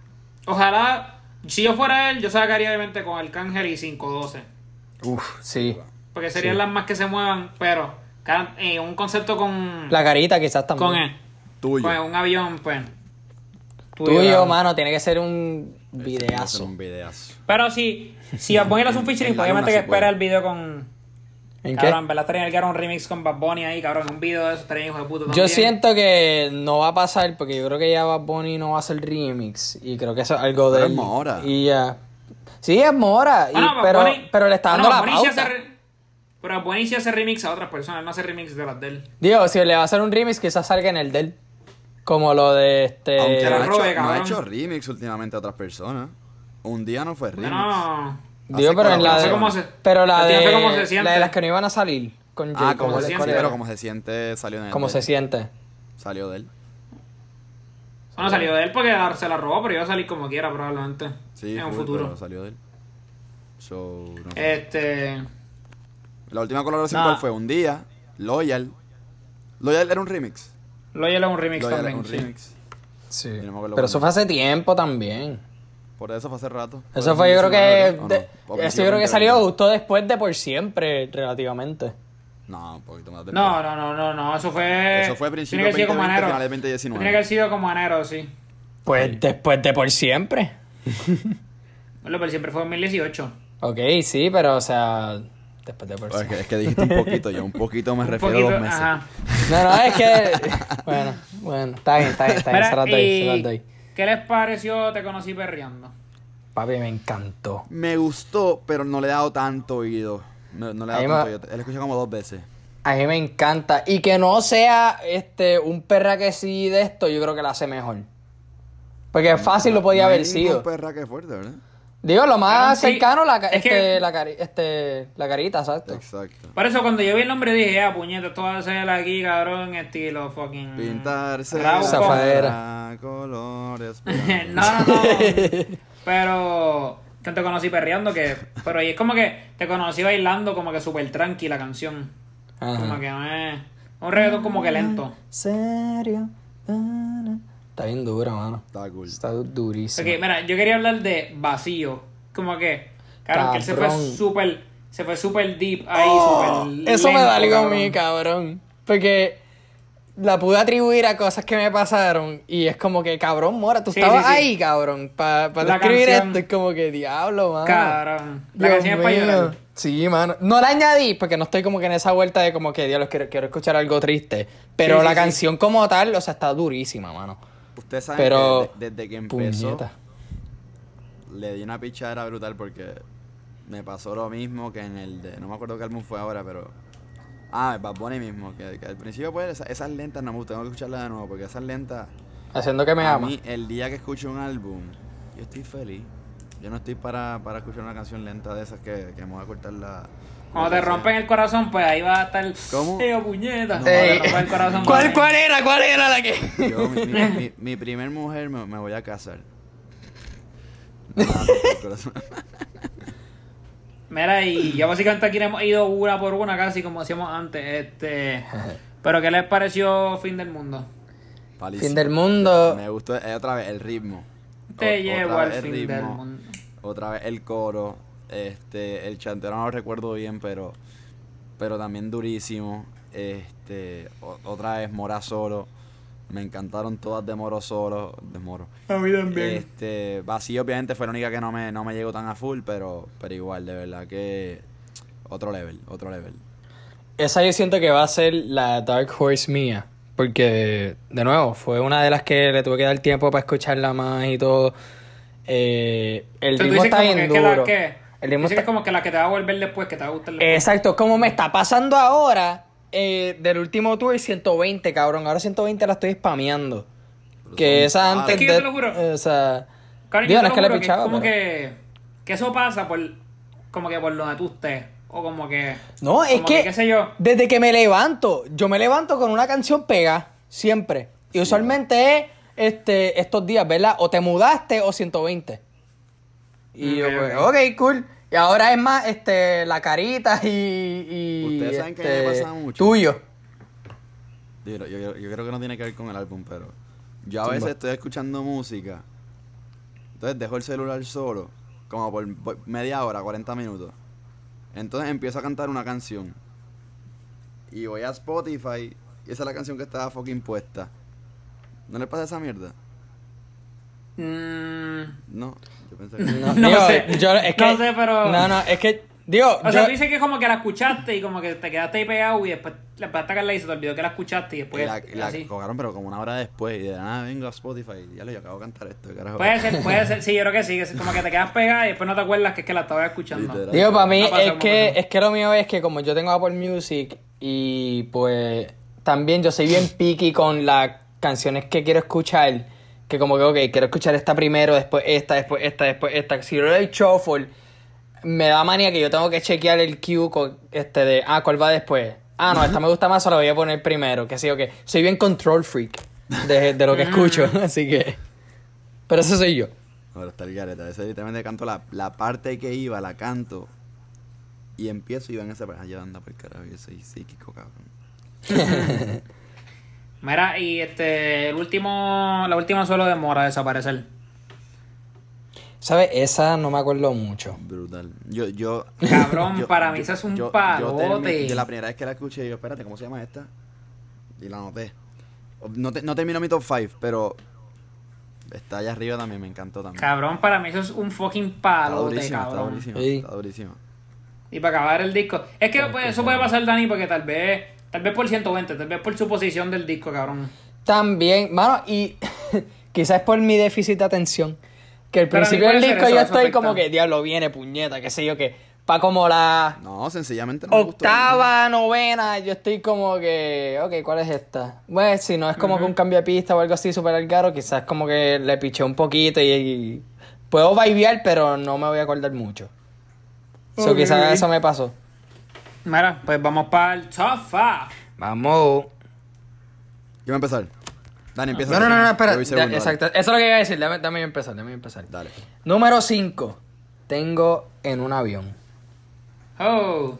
ojalá, si yo fuera él, yo sacaría obviamente con Arcángel y cinco doce. Uf, sí. Porque serían las más que se muevan, pero ca- eh, un concepto con... La carita quizás también. con, eh, Tuyo. con un avión, pues... Tuyo, cabrón. mano, tiene que ser un Hacer videazo. un videazo. Pero si, si Bad Bunny le hace un featuring, En la obviamente luna que se puede. espera el video con... ¿En Cabrón, qué? en verdad estaría que era un remix con Bad Bunny ahí, cabrón. Un video de eso estaría hijo de puta Yo también. siento que no va a pasar porque yo creo que ya Bad Bunny no va a hacer remix. Y creo que eso es algo de Pero es él. Mora. Y ya. Sí, es Mora. y- Bueno, Bad pero, Bunny- pero le está dando bueno, la Bad Bunny sí pauta. hace re- Pero Bad Bunny sí hace remix a otras personas, él no hace remix de las de él. Digo, si le va a hacer un remix, quizás salga en el de él. Como lo de este. Aunque no la ha, robe, hecho, no ha cabrón. hecho remix últimamente a otras personas. Un día no fue remix. No, Digo, Hace pero en la no sé de. cómo se- Pero la no de. sé cómo se siente. La de las que no iban a salir. Con Ah, Jay, como ¿cuál- se siente, cuál siente, era? pero como se siente, salió en el ¿Cómo de se él. siente? Salió de él. Bueno, salió de él porque la- se la robó, pero iba a salir como quiera probablemente. Sí, en un full, futuro. pero salió de él. So, no sé. Este... La última colaboración, Nah. ¿cuál fue? Un día, Loyal. Loyal era un remix. Loyal es un remix Loyal era también, un sí. remix. Sí. Yo no me acuerdo Pero eso cuándo. fue hace tiempo también. Por eso fue hace rato. Eso fue, yo creo que. ¿O no? de- ¿O eso principio yo creo que de salió veinte? justo después de Por Siempre, relativamente. No, un poquito más de No, no, no, no, no, eso fue... Eso fue principio tiene que haber sido como veinte veinte, enero. finales veinte diecinueve. Tiene que haber sido como enero, sí. Pues después de Por Siempre. Bueno, pero siempre fue dos mil dieciocho. Ok, sí, pero o sea, después de por Es sí. que, es que dijiste un poquito, yo un poquito me Un refiero poquito, a dos meses. ajá. No, no, es que. Bueno, bueno, está bien, está bien, está bien. Mira, Se las doy, y se las doy. ¿qué les pareció Te Conocí Perreando? Papi, me encantó. Me gustó, pero no le he dado tanto oído. No, no le he A mí dado me- tanto oído. Él escuché como dos veces. A mí me encanta. Y que no sea este un perra que sí de esto, yo creo que lo hace mejor. Porque fácil lo podía No hay haber ningún sido. perra que fuerte, ¿verdad? Digo, lo más Claro, sí. cercano, la, ca- Es este, que- la, cari- este, la carita, exacto. Exacto. Por eso cuando yo vi el nombre dije, ah, puñeta, esto va a ser aquí, cabrón, estilo fucking... Pintarse Rauco. Zafadera. colores. no, no, no. Pero que Te Conocí Perreando, que... Pero ahí es como que Te Conocí bailando como que súper tranqui la canción. Ajá. Como que eh, un reggaetón como que lento. Serio. Está bien dura, mano. Está cool. Está durísimo. Ok, mira, yo quería hablar de Vacío. Como que, cabrón, que él se fue Cabrón. súper, se fue súper deep ahí, Oh, súper eso me lento, da algo a cabrón. mí, cabrón. Porque la pude atribuir a cosas que me pasaron. Y es como que, cabrón, Mora, tú Sí, estabas sí, sí. ahí, cabrón. Para La describir canción. esto, es como que diablo, mano. Cabrón. La Dios canción es para mío. llorar. Sí, mano. No la añadí porque no estoy como que en esa vuelta de como que, diablo, quiero, quiero escuchar algo triste. Pero Sí, sí, la sí. canción como tal, o sea, está durísima, mano. Ustedes saben Pero, que de- desde que empezó, puñeta. le di una pichadera brutal porque me pasó lo mismo que en el de... No me acuerdo qué álbum fue ahora, pero... Ah, Bad Bunny mismo, que, que al principio pues esas, esas lentas no me gustan, tengo que escucharlas de nuevo porque esas lentas... Haciendo que me a ama. mí, el día que escucho un álbum, yo estoy feliz. Yo no estoy para, para escuchar una canción lenta de esas que, que me voy a cortar la... Cuando la te cosa. rompen el corazón, pues ahí va a estar... ¿Cómo? ¡Eh, puñeta! No, Cuando te Ey, rompen el corazón, ¿Cuál, pues, ¿Cuál era? ¿Cuál era la que...? Yo, mi, mi, mi, mi primer mujer me, me voy a casar. Me va a romper el corazón. Mira, y ya básicamente aquí hemos ido una por una casi como hacíamos antes. Este... Pero ¿qué les pareció Fin del Mundo? Palísimo. Fin del mundo. Me gustó eh, otra vez el ritmo. Te O- llevo otra al vez el fin del ritmo, mundo. Otra vez el coro. Este, el chantero no lo recuerdo bien, pero pero también durísimo. Este, o- otra vez Mora solo. Me encantaron todas de Moro solo, de Moro. A mí también. Este, Vacío obviamente fue la única que no me no me llegó tan a full, pero pero igual, de verdad que otro level, otro level. Esa yo siento que va a ser la Dark Horse mía. Porque, de nuevo, fue una de las que le tuve que dar tiempo para escucharla más y todo. Eh, el O sea, tú ritmo dices está como bien que, que la duro. que, El tú ritmo dices que está... es como que la que te va a volver después, que te va a gustar después. Exacto, como me está pasando ahora eh, del último tour ciento veinte, cabrón. Ahora ciento veinte la estoy spameando. Pero Que son esa palos. antes Es que yo de... te lo juro. eh, o sea... Cabrón, digo, yo no te es que lo le juro que es pichaba, como pero- que, que eso pasa por como que por donde tú estés. O como que. No, es como que, qué sé yo. desde que me levanto, yo me levanto con una canción pega, siempre. Y usualmente es este, estos días, ¿verdad? O te mudaste o ciento veinte. Y yo, Ok, pues, ok. ok, cool. Y ahora es más este, la carita y. y Ustedes saben que este, me pasa mucho. Tuyo. Yo, yo, yo- yo creo que no tiene que ver con el álbum, pero yo a Zumba. veces estoy escuchando música, entonces dejo el celular solo, como por, por media hora, cuarenta minutos. Entonces empiezo a cantar una canción. Y voy a Spotify, y esa es la canción que estaba fucking puesta. ¿No le pasa esa mierda? Mm, No, yo pensé que... No, No digo, sé. yo- es que, No sé, pero- No, no, es que. Digo, o yo- sea, tú dices que como que la escuchaste y como que te quedaste ahí pegado y después le empezaste a sacarla y se te olvidó que la escuchaste y después Y la, y la así. cogaron, pero como una hora después, y de nada vengo a Spotify, y ya lo yo acabo de cantar esto, ¿qué carajo? Puede ser, puede ser, sí, yo creo que sí, que es como que te quedas pegada y después no te acuerdas que es que la estabas escuchando. Literal. Digo, para mí Ha pasado, es me que, pasó. es que lo mío es que como yo tengo Apple Music y pues también yo soy bien picky con las canciones que quiero escuchar, que como que, ok, quiero escuchar esta primero, después esta, después esta, después esta. Si yo le doy shuffle, me da manía que yo tengo que chequear el cue con, este de, ah, ¿cuál va después? Ah, no, esta me gusta más, o la voy a poner primero, que sí, ok. Soy bien control freak de, de lo que escucho, así que... Pero eso soy yo. Ahora está el gareta. A veces literalmente canto la, la parte que iba, la canto. Y empiezo y van a esa parte. Ah, ya anda por el carajo, yo soy psíquico, cabrón. Mira, y este, el último, la última solo demora a desaparecer. ¿Sabes? Esa no me acuerdo mucho. Brutal. Yo, yo. Cabrón, yo- para mí yo- eso es un yo- yo palote. termi- yo la primera vez que la escuché, yo, espérate, ¿cómo se llama esta? Y la anoté. No, te- no terminó mi top cinco, pero. está allá arriba también, me encantó también. Cabrón, para mí eso es un fucking Está palote, durísimo, está cabrón. durísimo, Sí. está durísimo. Y para acabar el disco. Es que Está pues, eso escuchando. puede pasar, Dani, porque tal vez, tal vez por ciento veinte, tal vez por su posición del disco, cabrón. También, mano, y quizás por mi déficit de atención. Que al Pero a mí principio del puede ser disco eso, yo eso estoy afecta. como que, diablo, viene, puñeta, qué sé yo qué. Pa' como la No, sencillamente no me gustó. octava, novena, yo estoy como que, ok, ¿cuál es esta? Bueno, si no es como que un cambio de pista o algo así súper algaro, quizás como que le piché un poquito y, y puedo vibear, pero no me voy a acordar mucho. So, Ok. quizás eso me pasó. Mira, pues vamos para el top five. Vamos. ¿Quién va a empezar? Dani, empieza. No, no, no, no, espera. Yo voy Ya, segundo, dale. exacto. Eso es lo que iba a decir. Dame, dame empezar, dame empezar. Dale. Número cinco. Tengo en un avión. Oh.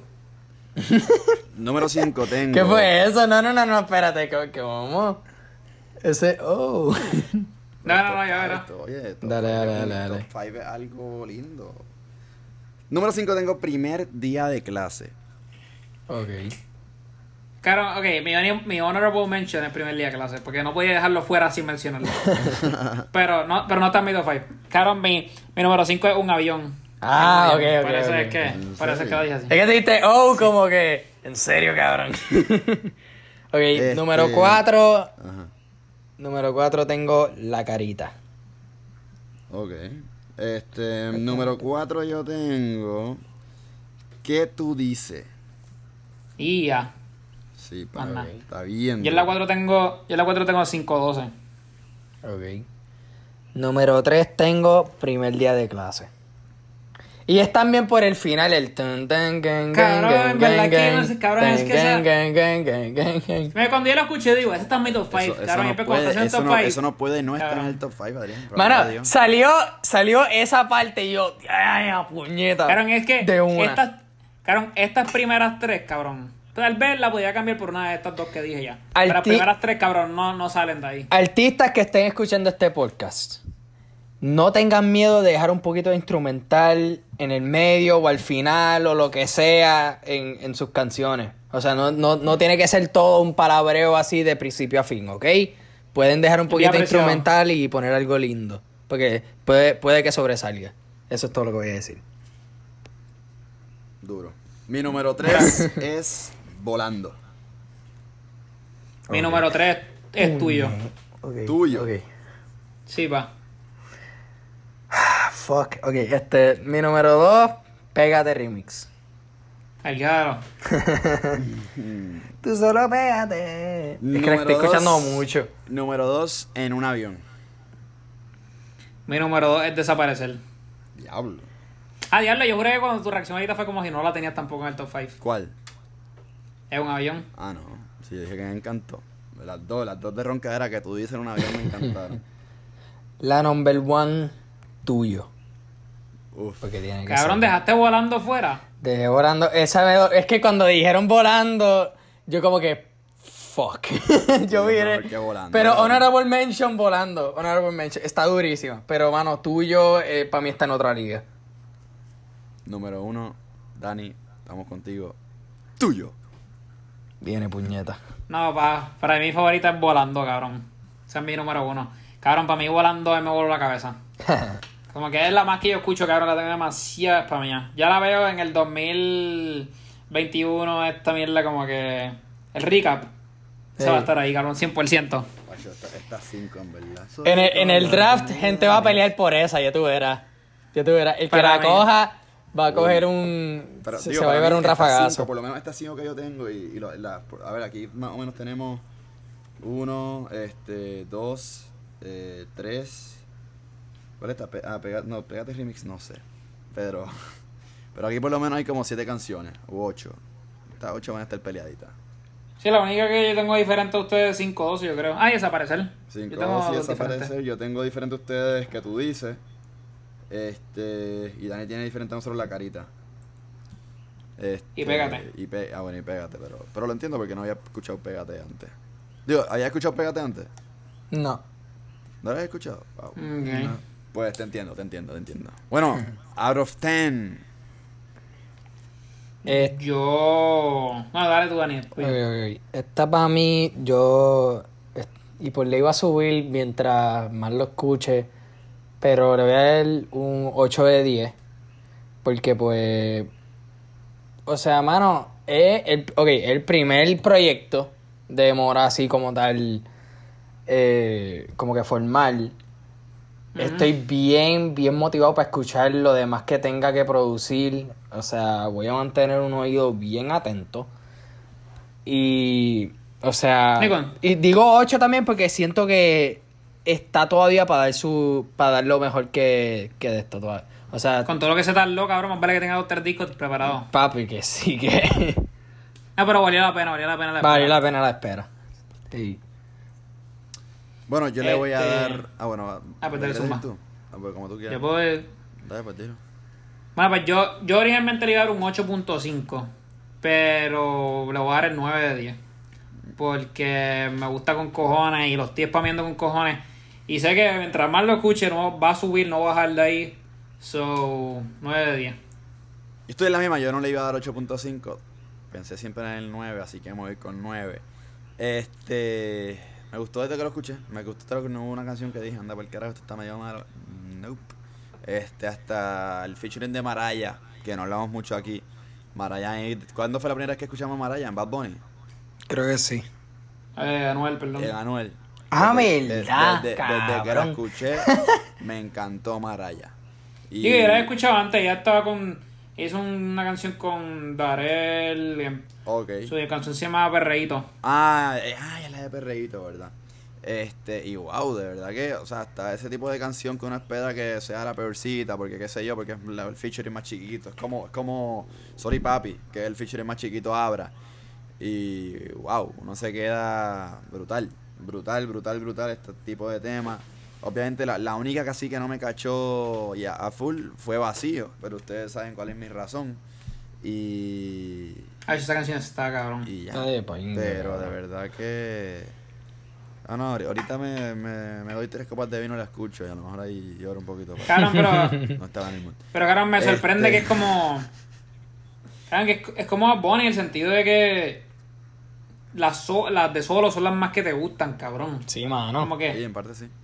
Número cinco tengo. ¿Qué fue eso? No, no, no, no, espérate. ¿Qué, qué vamos? Ese. Oh. No, no, no, ya verás. Esto, Oye, top Dale, five dale, es un- dale, dale. top five es algo lindo. Número cinco tengo primer día de clase. Ok. Claro, ok, mi, mi honorable mention el primer día de clase, porque no podía dejarlo fuera sin mencionarlo. pero no pero no está en mi top five. Claro, mi, mi número cinco es un avión. Ah, Un ok, avión. ok, Por eso ok. es que, ¿En por eso es que serio? lo dije así. Es que te dijiste, oh, como que. En serio, cabrón. Ok, Este- número cuatro. Ajá. Número cuatro tengo la carita. Ok. Este, número cuatro yo tengo. ¿Qué tú dices? Y ya. Sí, Más pa, nada. está bien. Yo en la cuatro tengo, yo en la cuatro tengo cinco doce. Ok. Número tres tengo primer día de clase. Y es también por el final, el tun, tun, gan, gan, Cabrón, gan, en verdad gan, que gan, no sé, cabrón, es tun, que esa- gan, gan, gan, gan, gan, gan. Mira, cuando yo lo escuché digo, ese está en mi top five. Eso, eso Cabrón, no y después cuando puede, está en el eso, top no, five. eso no puede no estar en Cabrón. el top cinco, Adrián. por amor de Mano, Dios. salió, salió esa parte y yo, ay, a puñeta. Cabrón, es que de una. estas, cabrón, estas primeras tres, cabrón. Tal vez la podía cambiar por una de estas dos que dije ya. Al Pero las ti- primeras tres, cabrón, no, no salen de ahí. Artistas que estén escuchando este podcast, no tengan miedo de dejar un poquito de instrumental en el medio o al final o lo que sea en, en sus canciones. O sea, no, no, no tiene que ser todo un palabreo así de principio a fin, ¿ok? Pueden dejar un Bien poquito de apreciado. instrumental y poner algo lindo. Porque puede, puede que sobresalga. Eso es todo lo que voy a decir. Duro. Mi número tres es Volando. Mi número tres es tuyo. Okay, Tuyo. ok. Sí, pa. Ah, fuck. Ok, este, mi número dos, Pégate Remix. Al claro. Tú solo pégate. Es que la Número estoy escuchando dos. mucho. Número dos, En un avión. Mi número dos es desaparecer. Diablo. Ah, diablo, yo creo que cuando tu reacción ahorita fue como si no la tenías tampoco en el top five. ¿Cuál? Es un avión. Ah, no. Sí, dije que me encantó. Las dos, las dos de roncadera que tú dices en un avión me encantaron. La number one, tuyo. Uf. Porque tiene que Cabrón, ser. dejaste volando fuera. Dejé volando. Esa me- es que cuando dijeron volando, yo como que. Fuck. yo Sí, vine. mejor que Volando. Pero honorable mention volando. Honorable mention. Está durísima. Pero, mano, tuyo, eh, para mí está en otra liga. Número uno, Dani, estamos contigo. Tuyo. Viene puñeta. No, pa, para mí mi favorita es volando, cabrón. Ese es mi número uno. Cabrón, para mí volando me voló la cabeza. Como que es la más que yo escucho, cabrón, la tengo demasiado para mí. Ya la veo en el dos mil veintiuno, esta mierda como que... El recap. Se Sí. va a estar ahí, cabrón, cien por ciento. Guacho, esta- Estas cinco, en verdad. En el, en el draft, gente va a pelear por esa, ya tú verás. Ya tú verás. El que Para la mí. coja va a coger un. Pero, se, digo, se va a para llevar mí un estas rafagazo. cinco, por lo menos estas cinco que yo tengo y, y lo- la- por- a ver, aquí más o menos tenemos uno, este, dos, eh, tres. ¿Cuál está? Pe- ah, pega- no, Pégate Remix, no sé. Pero, pero aquí por lo menos hay como siete canciones, u ocho. Estas ocho van a estar peleaditas. Sí, la única que yo tengo diferente a ustedes es cinco doce, yo creo. Ah, y desaparecer. Cinco, Yo tengo dos y dos desaparecer. diferentes. Yo tengo diferente a ustedes que tú dices. Este, y Dani tiene diferente a nosotros la carita. Este, Y Pégate. Y pe- ah, bueno, y Pégate, pero, pero lo entiendo porque no había escuchado Pégate antes. Digo, ¿había escuchado Pégate antes? No. ¿No lo habías escuchado? Wow. Ok. No. Pues te entiendo, te entiendo, te entiendo. Bueno, out of ten. Eh, Yo... No, dale tú, Daniel. ok, ok, ok. Esta para mí, yo. es- y pues le iba a subir mientras más lo escuche, pero le voy a dar un ocho de diez, porque pues, o sea, mano, es el, okay, el primer proyecto de Mora así como tal, eh, como que formal. Uh-huh. Estoy bien, bien motivado para escuchar lo demás que tenga que producir, o sea, voy a mantener un oído bien atento. Y, o sea, y digo ocho también porque siento que está todavía para dar su para dar lo mejor que, que de esto todavía. O sea, con todo lo que se tardó, cabrón, más vale que tenga dos tres discos preparados. Papi, que sí que no, pero valió la pena, valió la pena la espera. Valió la pena la espera. Sí. Bueno, yo le voy a este... dar. Ah, bueno, ah, pues dale suma. Tú? Ah, pues como tú quieras. Yo puedo. Dale, pues tiro. Bueno, pues yo, yo originalmente le iba a dar un ocho punto cinco, pero le voy a dar el nueve de diez. Porque me gusta con cojones y lo estoy spameando con cojones. Y sé que mientras más lo escuche, no va a subir, no va a bajar de ahí. So, nueve de diez. Yo estoy en la misma, yo no le iba a dar ocho punto cinco. Pensé siempre en el nueve, así que me voy con nueve. Este. Me gustó desde que lo escuché. Me gustó que no hubo una canción que dije, anda por el carajo, esto está medio malo. Nope. Este, hasta el featuring de Mariah, que no hablamos mucho aquí. Mariah, ¿cuándo fue la primera vez que escuchamos a Mariah? ¿En Bad Bunny? Creo que sí. Eh, Anuel, perdón. En Anuel. Ah, desde, verdad, desde, desde, desde que la escuché, me encantó Mariah. Y sí, yo la he escuchado antes, ya estaba con... Hizo una canción con Darel. Ok. Su canción se llama Perreíto. Ah, eh, ah, es la de Perreíto, ¿verdad? Este, y wow, de verdad que, o sea, hasta ese tipo de canción que uno espera que sea la peorcita, porque qué sé yo, porque es la, el featuring más chiquito. Es como, es como Sorry Papi, que es el featuring más chiquito, Abra. Y wow, uno se queda brutal, brutal, brutal, brutal este tipo de temas. Obviamente la, la única que así que no me cachó ya a full fue Vacío, pero ustedes saben cuál es mi razón. Y... Ay, esa canción está cabrón. Y ya. Ay, paín, Pero de verdad que... Ah, no, ahorita me, me, me doy tres copas de vino y la escucho y a lo mejor ahí lloro un poquito. Pero cabrón, pero... no estaba en el mood. Pero cabrón, me sorprende este... que es como... Cabrón, que es, es como Bad Bunny en el sentido de que... Las, so, las de solo son las más que te gustan, cabrón. Sí, mano. Como que... Sí, en parte sí.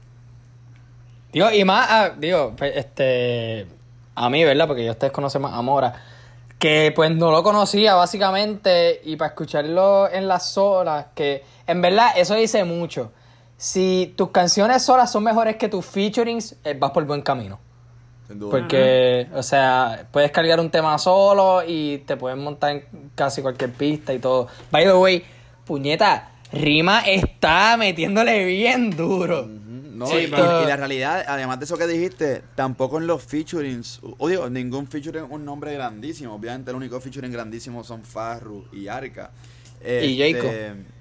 Digo, y más, ah, digo, este, a mí, ¿verdad? Porque yo ustedes conocen más a Mora, que pues no lo conocía básicamente, y para escucharlo en las solas, que en verdad eso dice mucho. Si tus canciones solas son mejores que tus featurings, eh, vas por buen camino. Sin duda. Porque, uh-huh. o sea, puedes cargar un tema solo y te puedes montar en casi cualquier pista y todo. By the way, puñeta, Rima está metiéndole bien duro. Uh-huh. No, sí, y, y la realidad, además de eso que dijiste, tampoco en los featurings, o digo, ningún featuring es un nombre grandísimo. Obviamente el único featuring grandísimo son Farru y Arca. Este, y Jacob.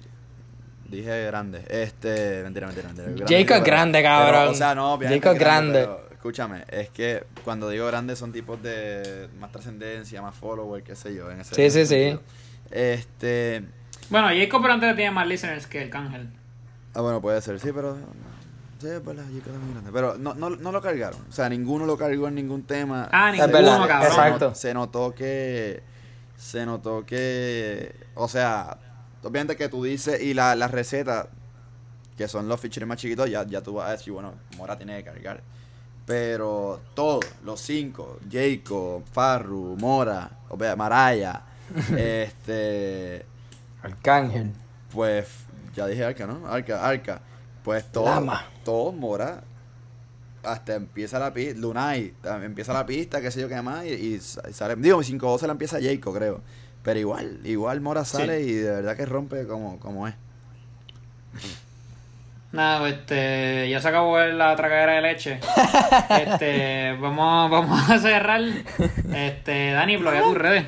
Dije grande. Este, mentira, mentira, mentira. Grande, Jacob es grande, cabrón. Pero, o sea, no, obviamente Jacob grande. grande. Pero, escúchame, es que cuando digo grande son tipos de más trascendencia, más follower, qué sé yo. En ese, sí, en sí, ese sí. sentido. Este... Bueno, Jacob pero antes tiene más listeners que el Cángel. Ah, bueno, puede ser, sí, pero... Sí, pues la Jacob es muy grande. Pero no, no, no lo cargaron. O sea, ninguno lo cargó en ningún tema. Ah, ninguno, verdad, cabrón. exacto. Se notó que... Se notó que... O sea, obviamente que tú dices y la, la receta, que son los features más chiquitos, ya, ya tú vas a decir, bueno, Mora tiene que cargar. Pero todos, los cinco, Jacob, Farru, Mora, Mariah, este... Arcángel. Pues, ya dije Arca, ¿no? Arca, Arca. Pues todo, Lama. todo Mora, hasta empieza la pista, Lunay, empieza la pista, qué sé yo qué más, y, y sale, digo, cinco doce la empieza Jacob, creo. Pero igual, igual Mora sale sí. Y de verdad que rompe como, como es. Nada, este, ya se acabó la tragadera de leche. este, vamos, vamos a cerrar. Este, Dani, bloquea tus redes.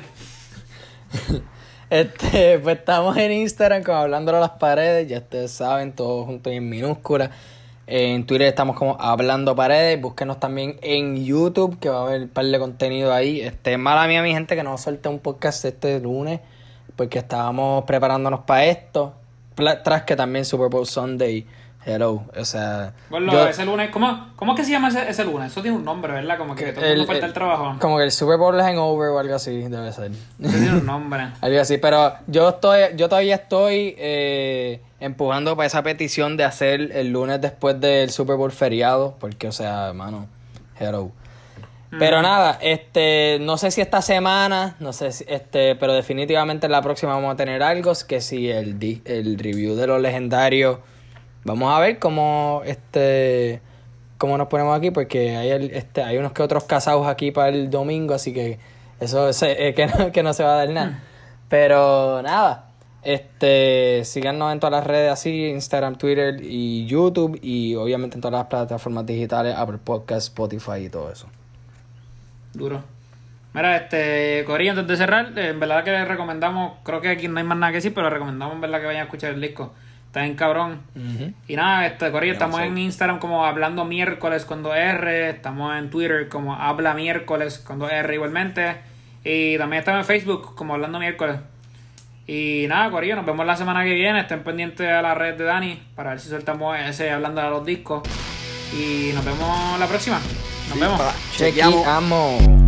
Este, pues estamos en Instagram como Hablándolo a las Paredes, ya ustedes saben, todos juntos y en minúscula. En Twitter estamos como Hablando Paredes, búsquenos también en YouTube, que va a haber un par de contenido ahí. Este, mala mía, mi gente, que no solté un podcast este lunes, porque estábamos preparándonos para esto. Tras que también Super Bowl Sunday hello, o sea... Bueno, yo- ese lunes, ¿cómo, ¿cómo es que se llama ese, ese lunes? Eso tiene un nombre, ¿verdad? Como que, que todo el mundo el- falta el- el trabajo. Como que el Super Bowl hangover o algo así, debe ser. Eso tiene un nombre. Algo así, pero yo estoy, yo todavía estoy eh, empujando para esa petición de hacer el lunes después del Super Bowl feriado, porque, o sea, mano, hello. Pero nada, este, no sé si esta semana, no sé si, este, pero definitivamente la próxima vamos a tener algo, es que si el, di- el review de los legendarios, vamos a ver cómo, este, cómo nos ponemos aquí, porque hay, el- este, hay unos que otros casados aquí para el domingo, así que eso se- eh, que, no, que no se va a dar nada. Pero nada, este, síganos en todas las redes así, Instagram, Twitter y YouTube, y obviamente en todas las plataformas digitales, Apple Podcasts, Spotify y todo eso. Duro. Mira, este, Corillo, antes de cerrar, eh, en verdad que les recomendamos, creo que aquí no hay más nada que decir, pero recomendamos en verdad que vayan a escuchar el disco. Está bien cabrón. Ujú. Y nada, este, Corillo, estamos Demasiado. en Instagram como Hablando Miércoles con dos R, estamos en Twitter como Habla Miércoles con dos R igualmente, y también estamos en Facebook como Hablando Miércoles. Y nada, Corillo, nos vemos la semana que viene, estén pendientes a la red de Dani para ver si soltamos ese Hablando de los discos. Y nos vemos la próxima. Nos vemos. Chequeamos. Chequeamos.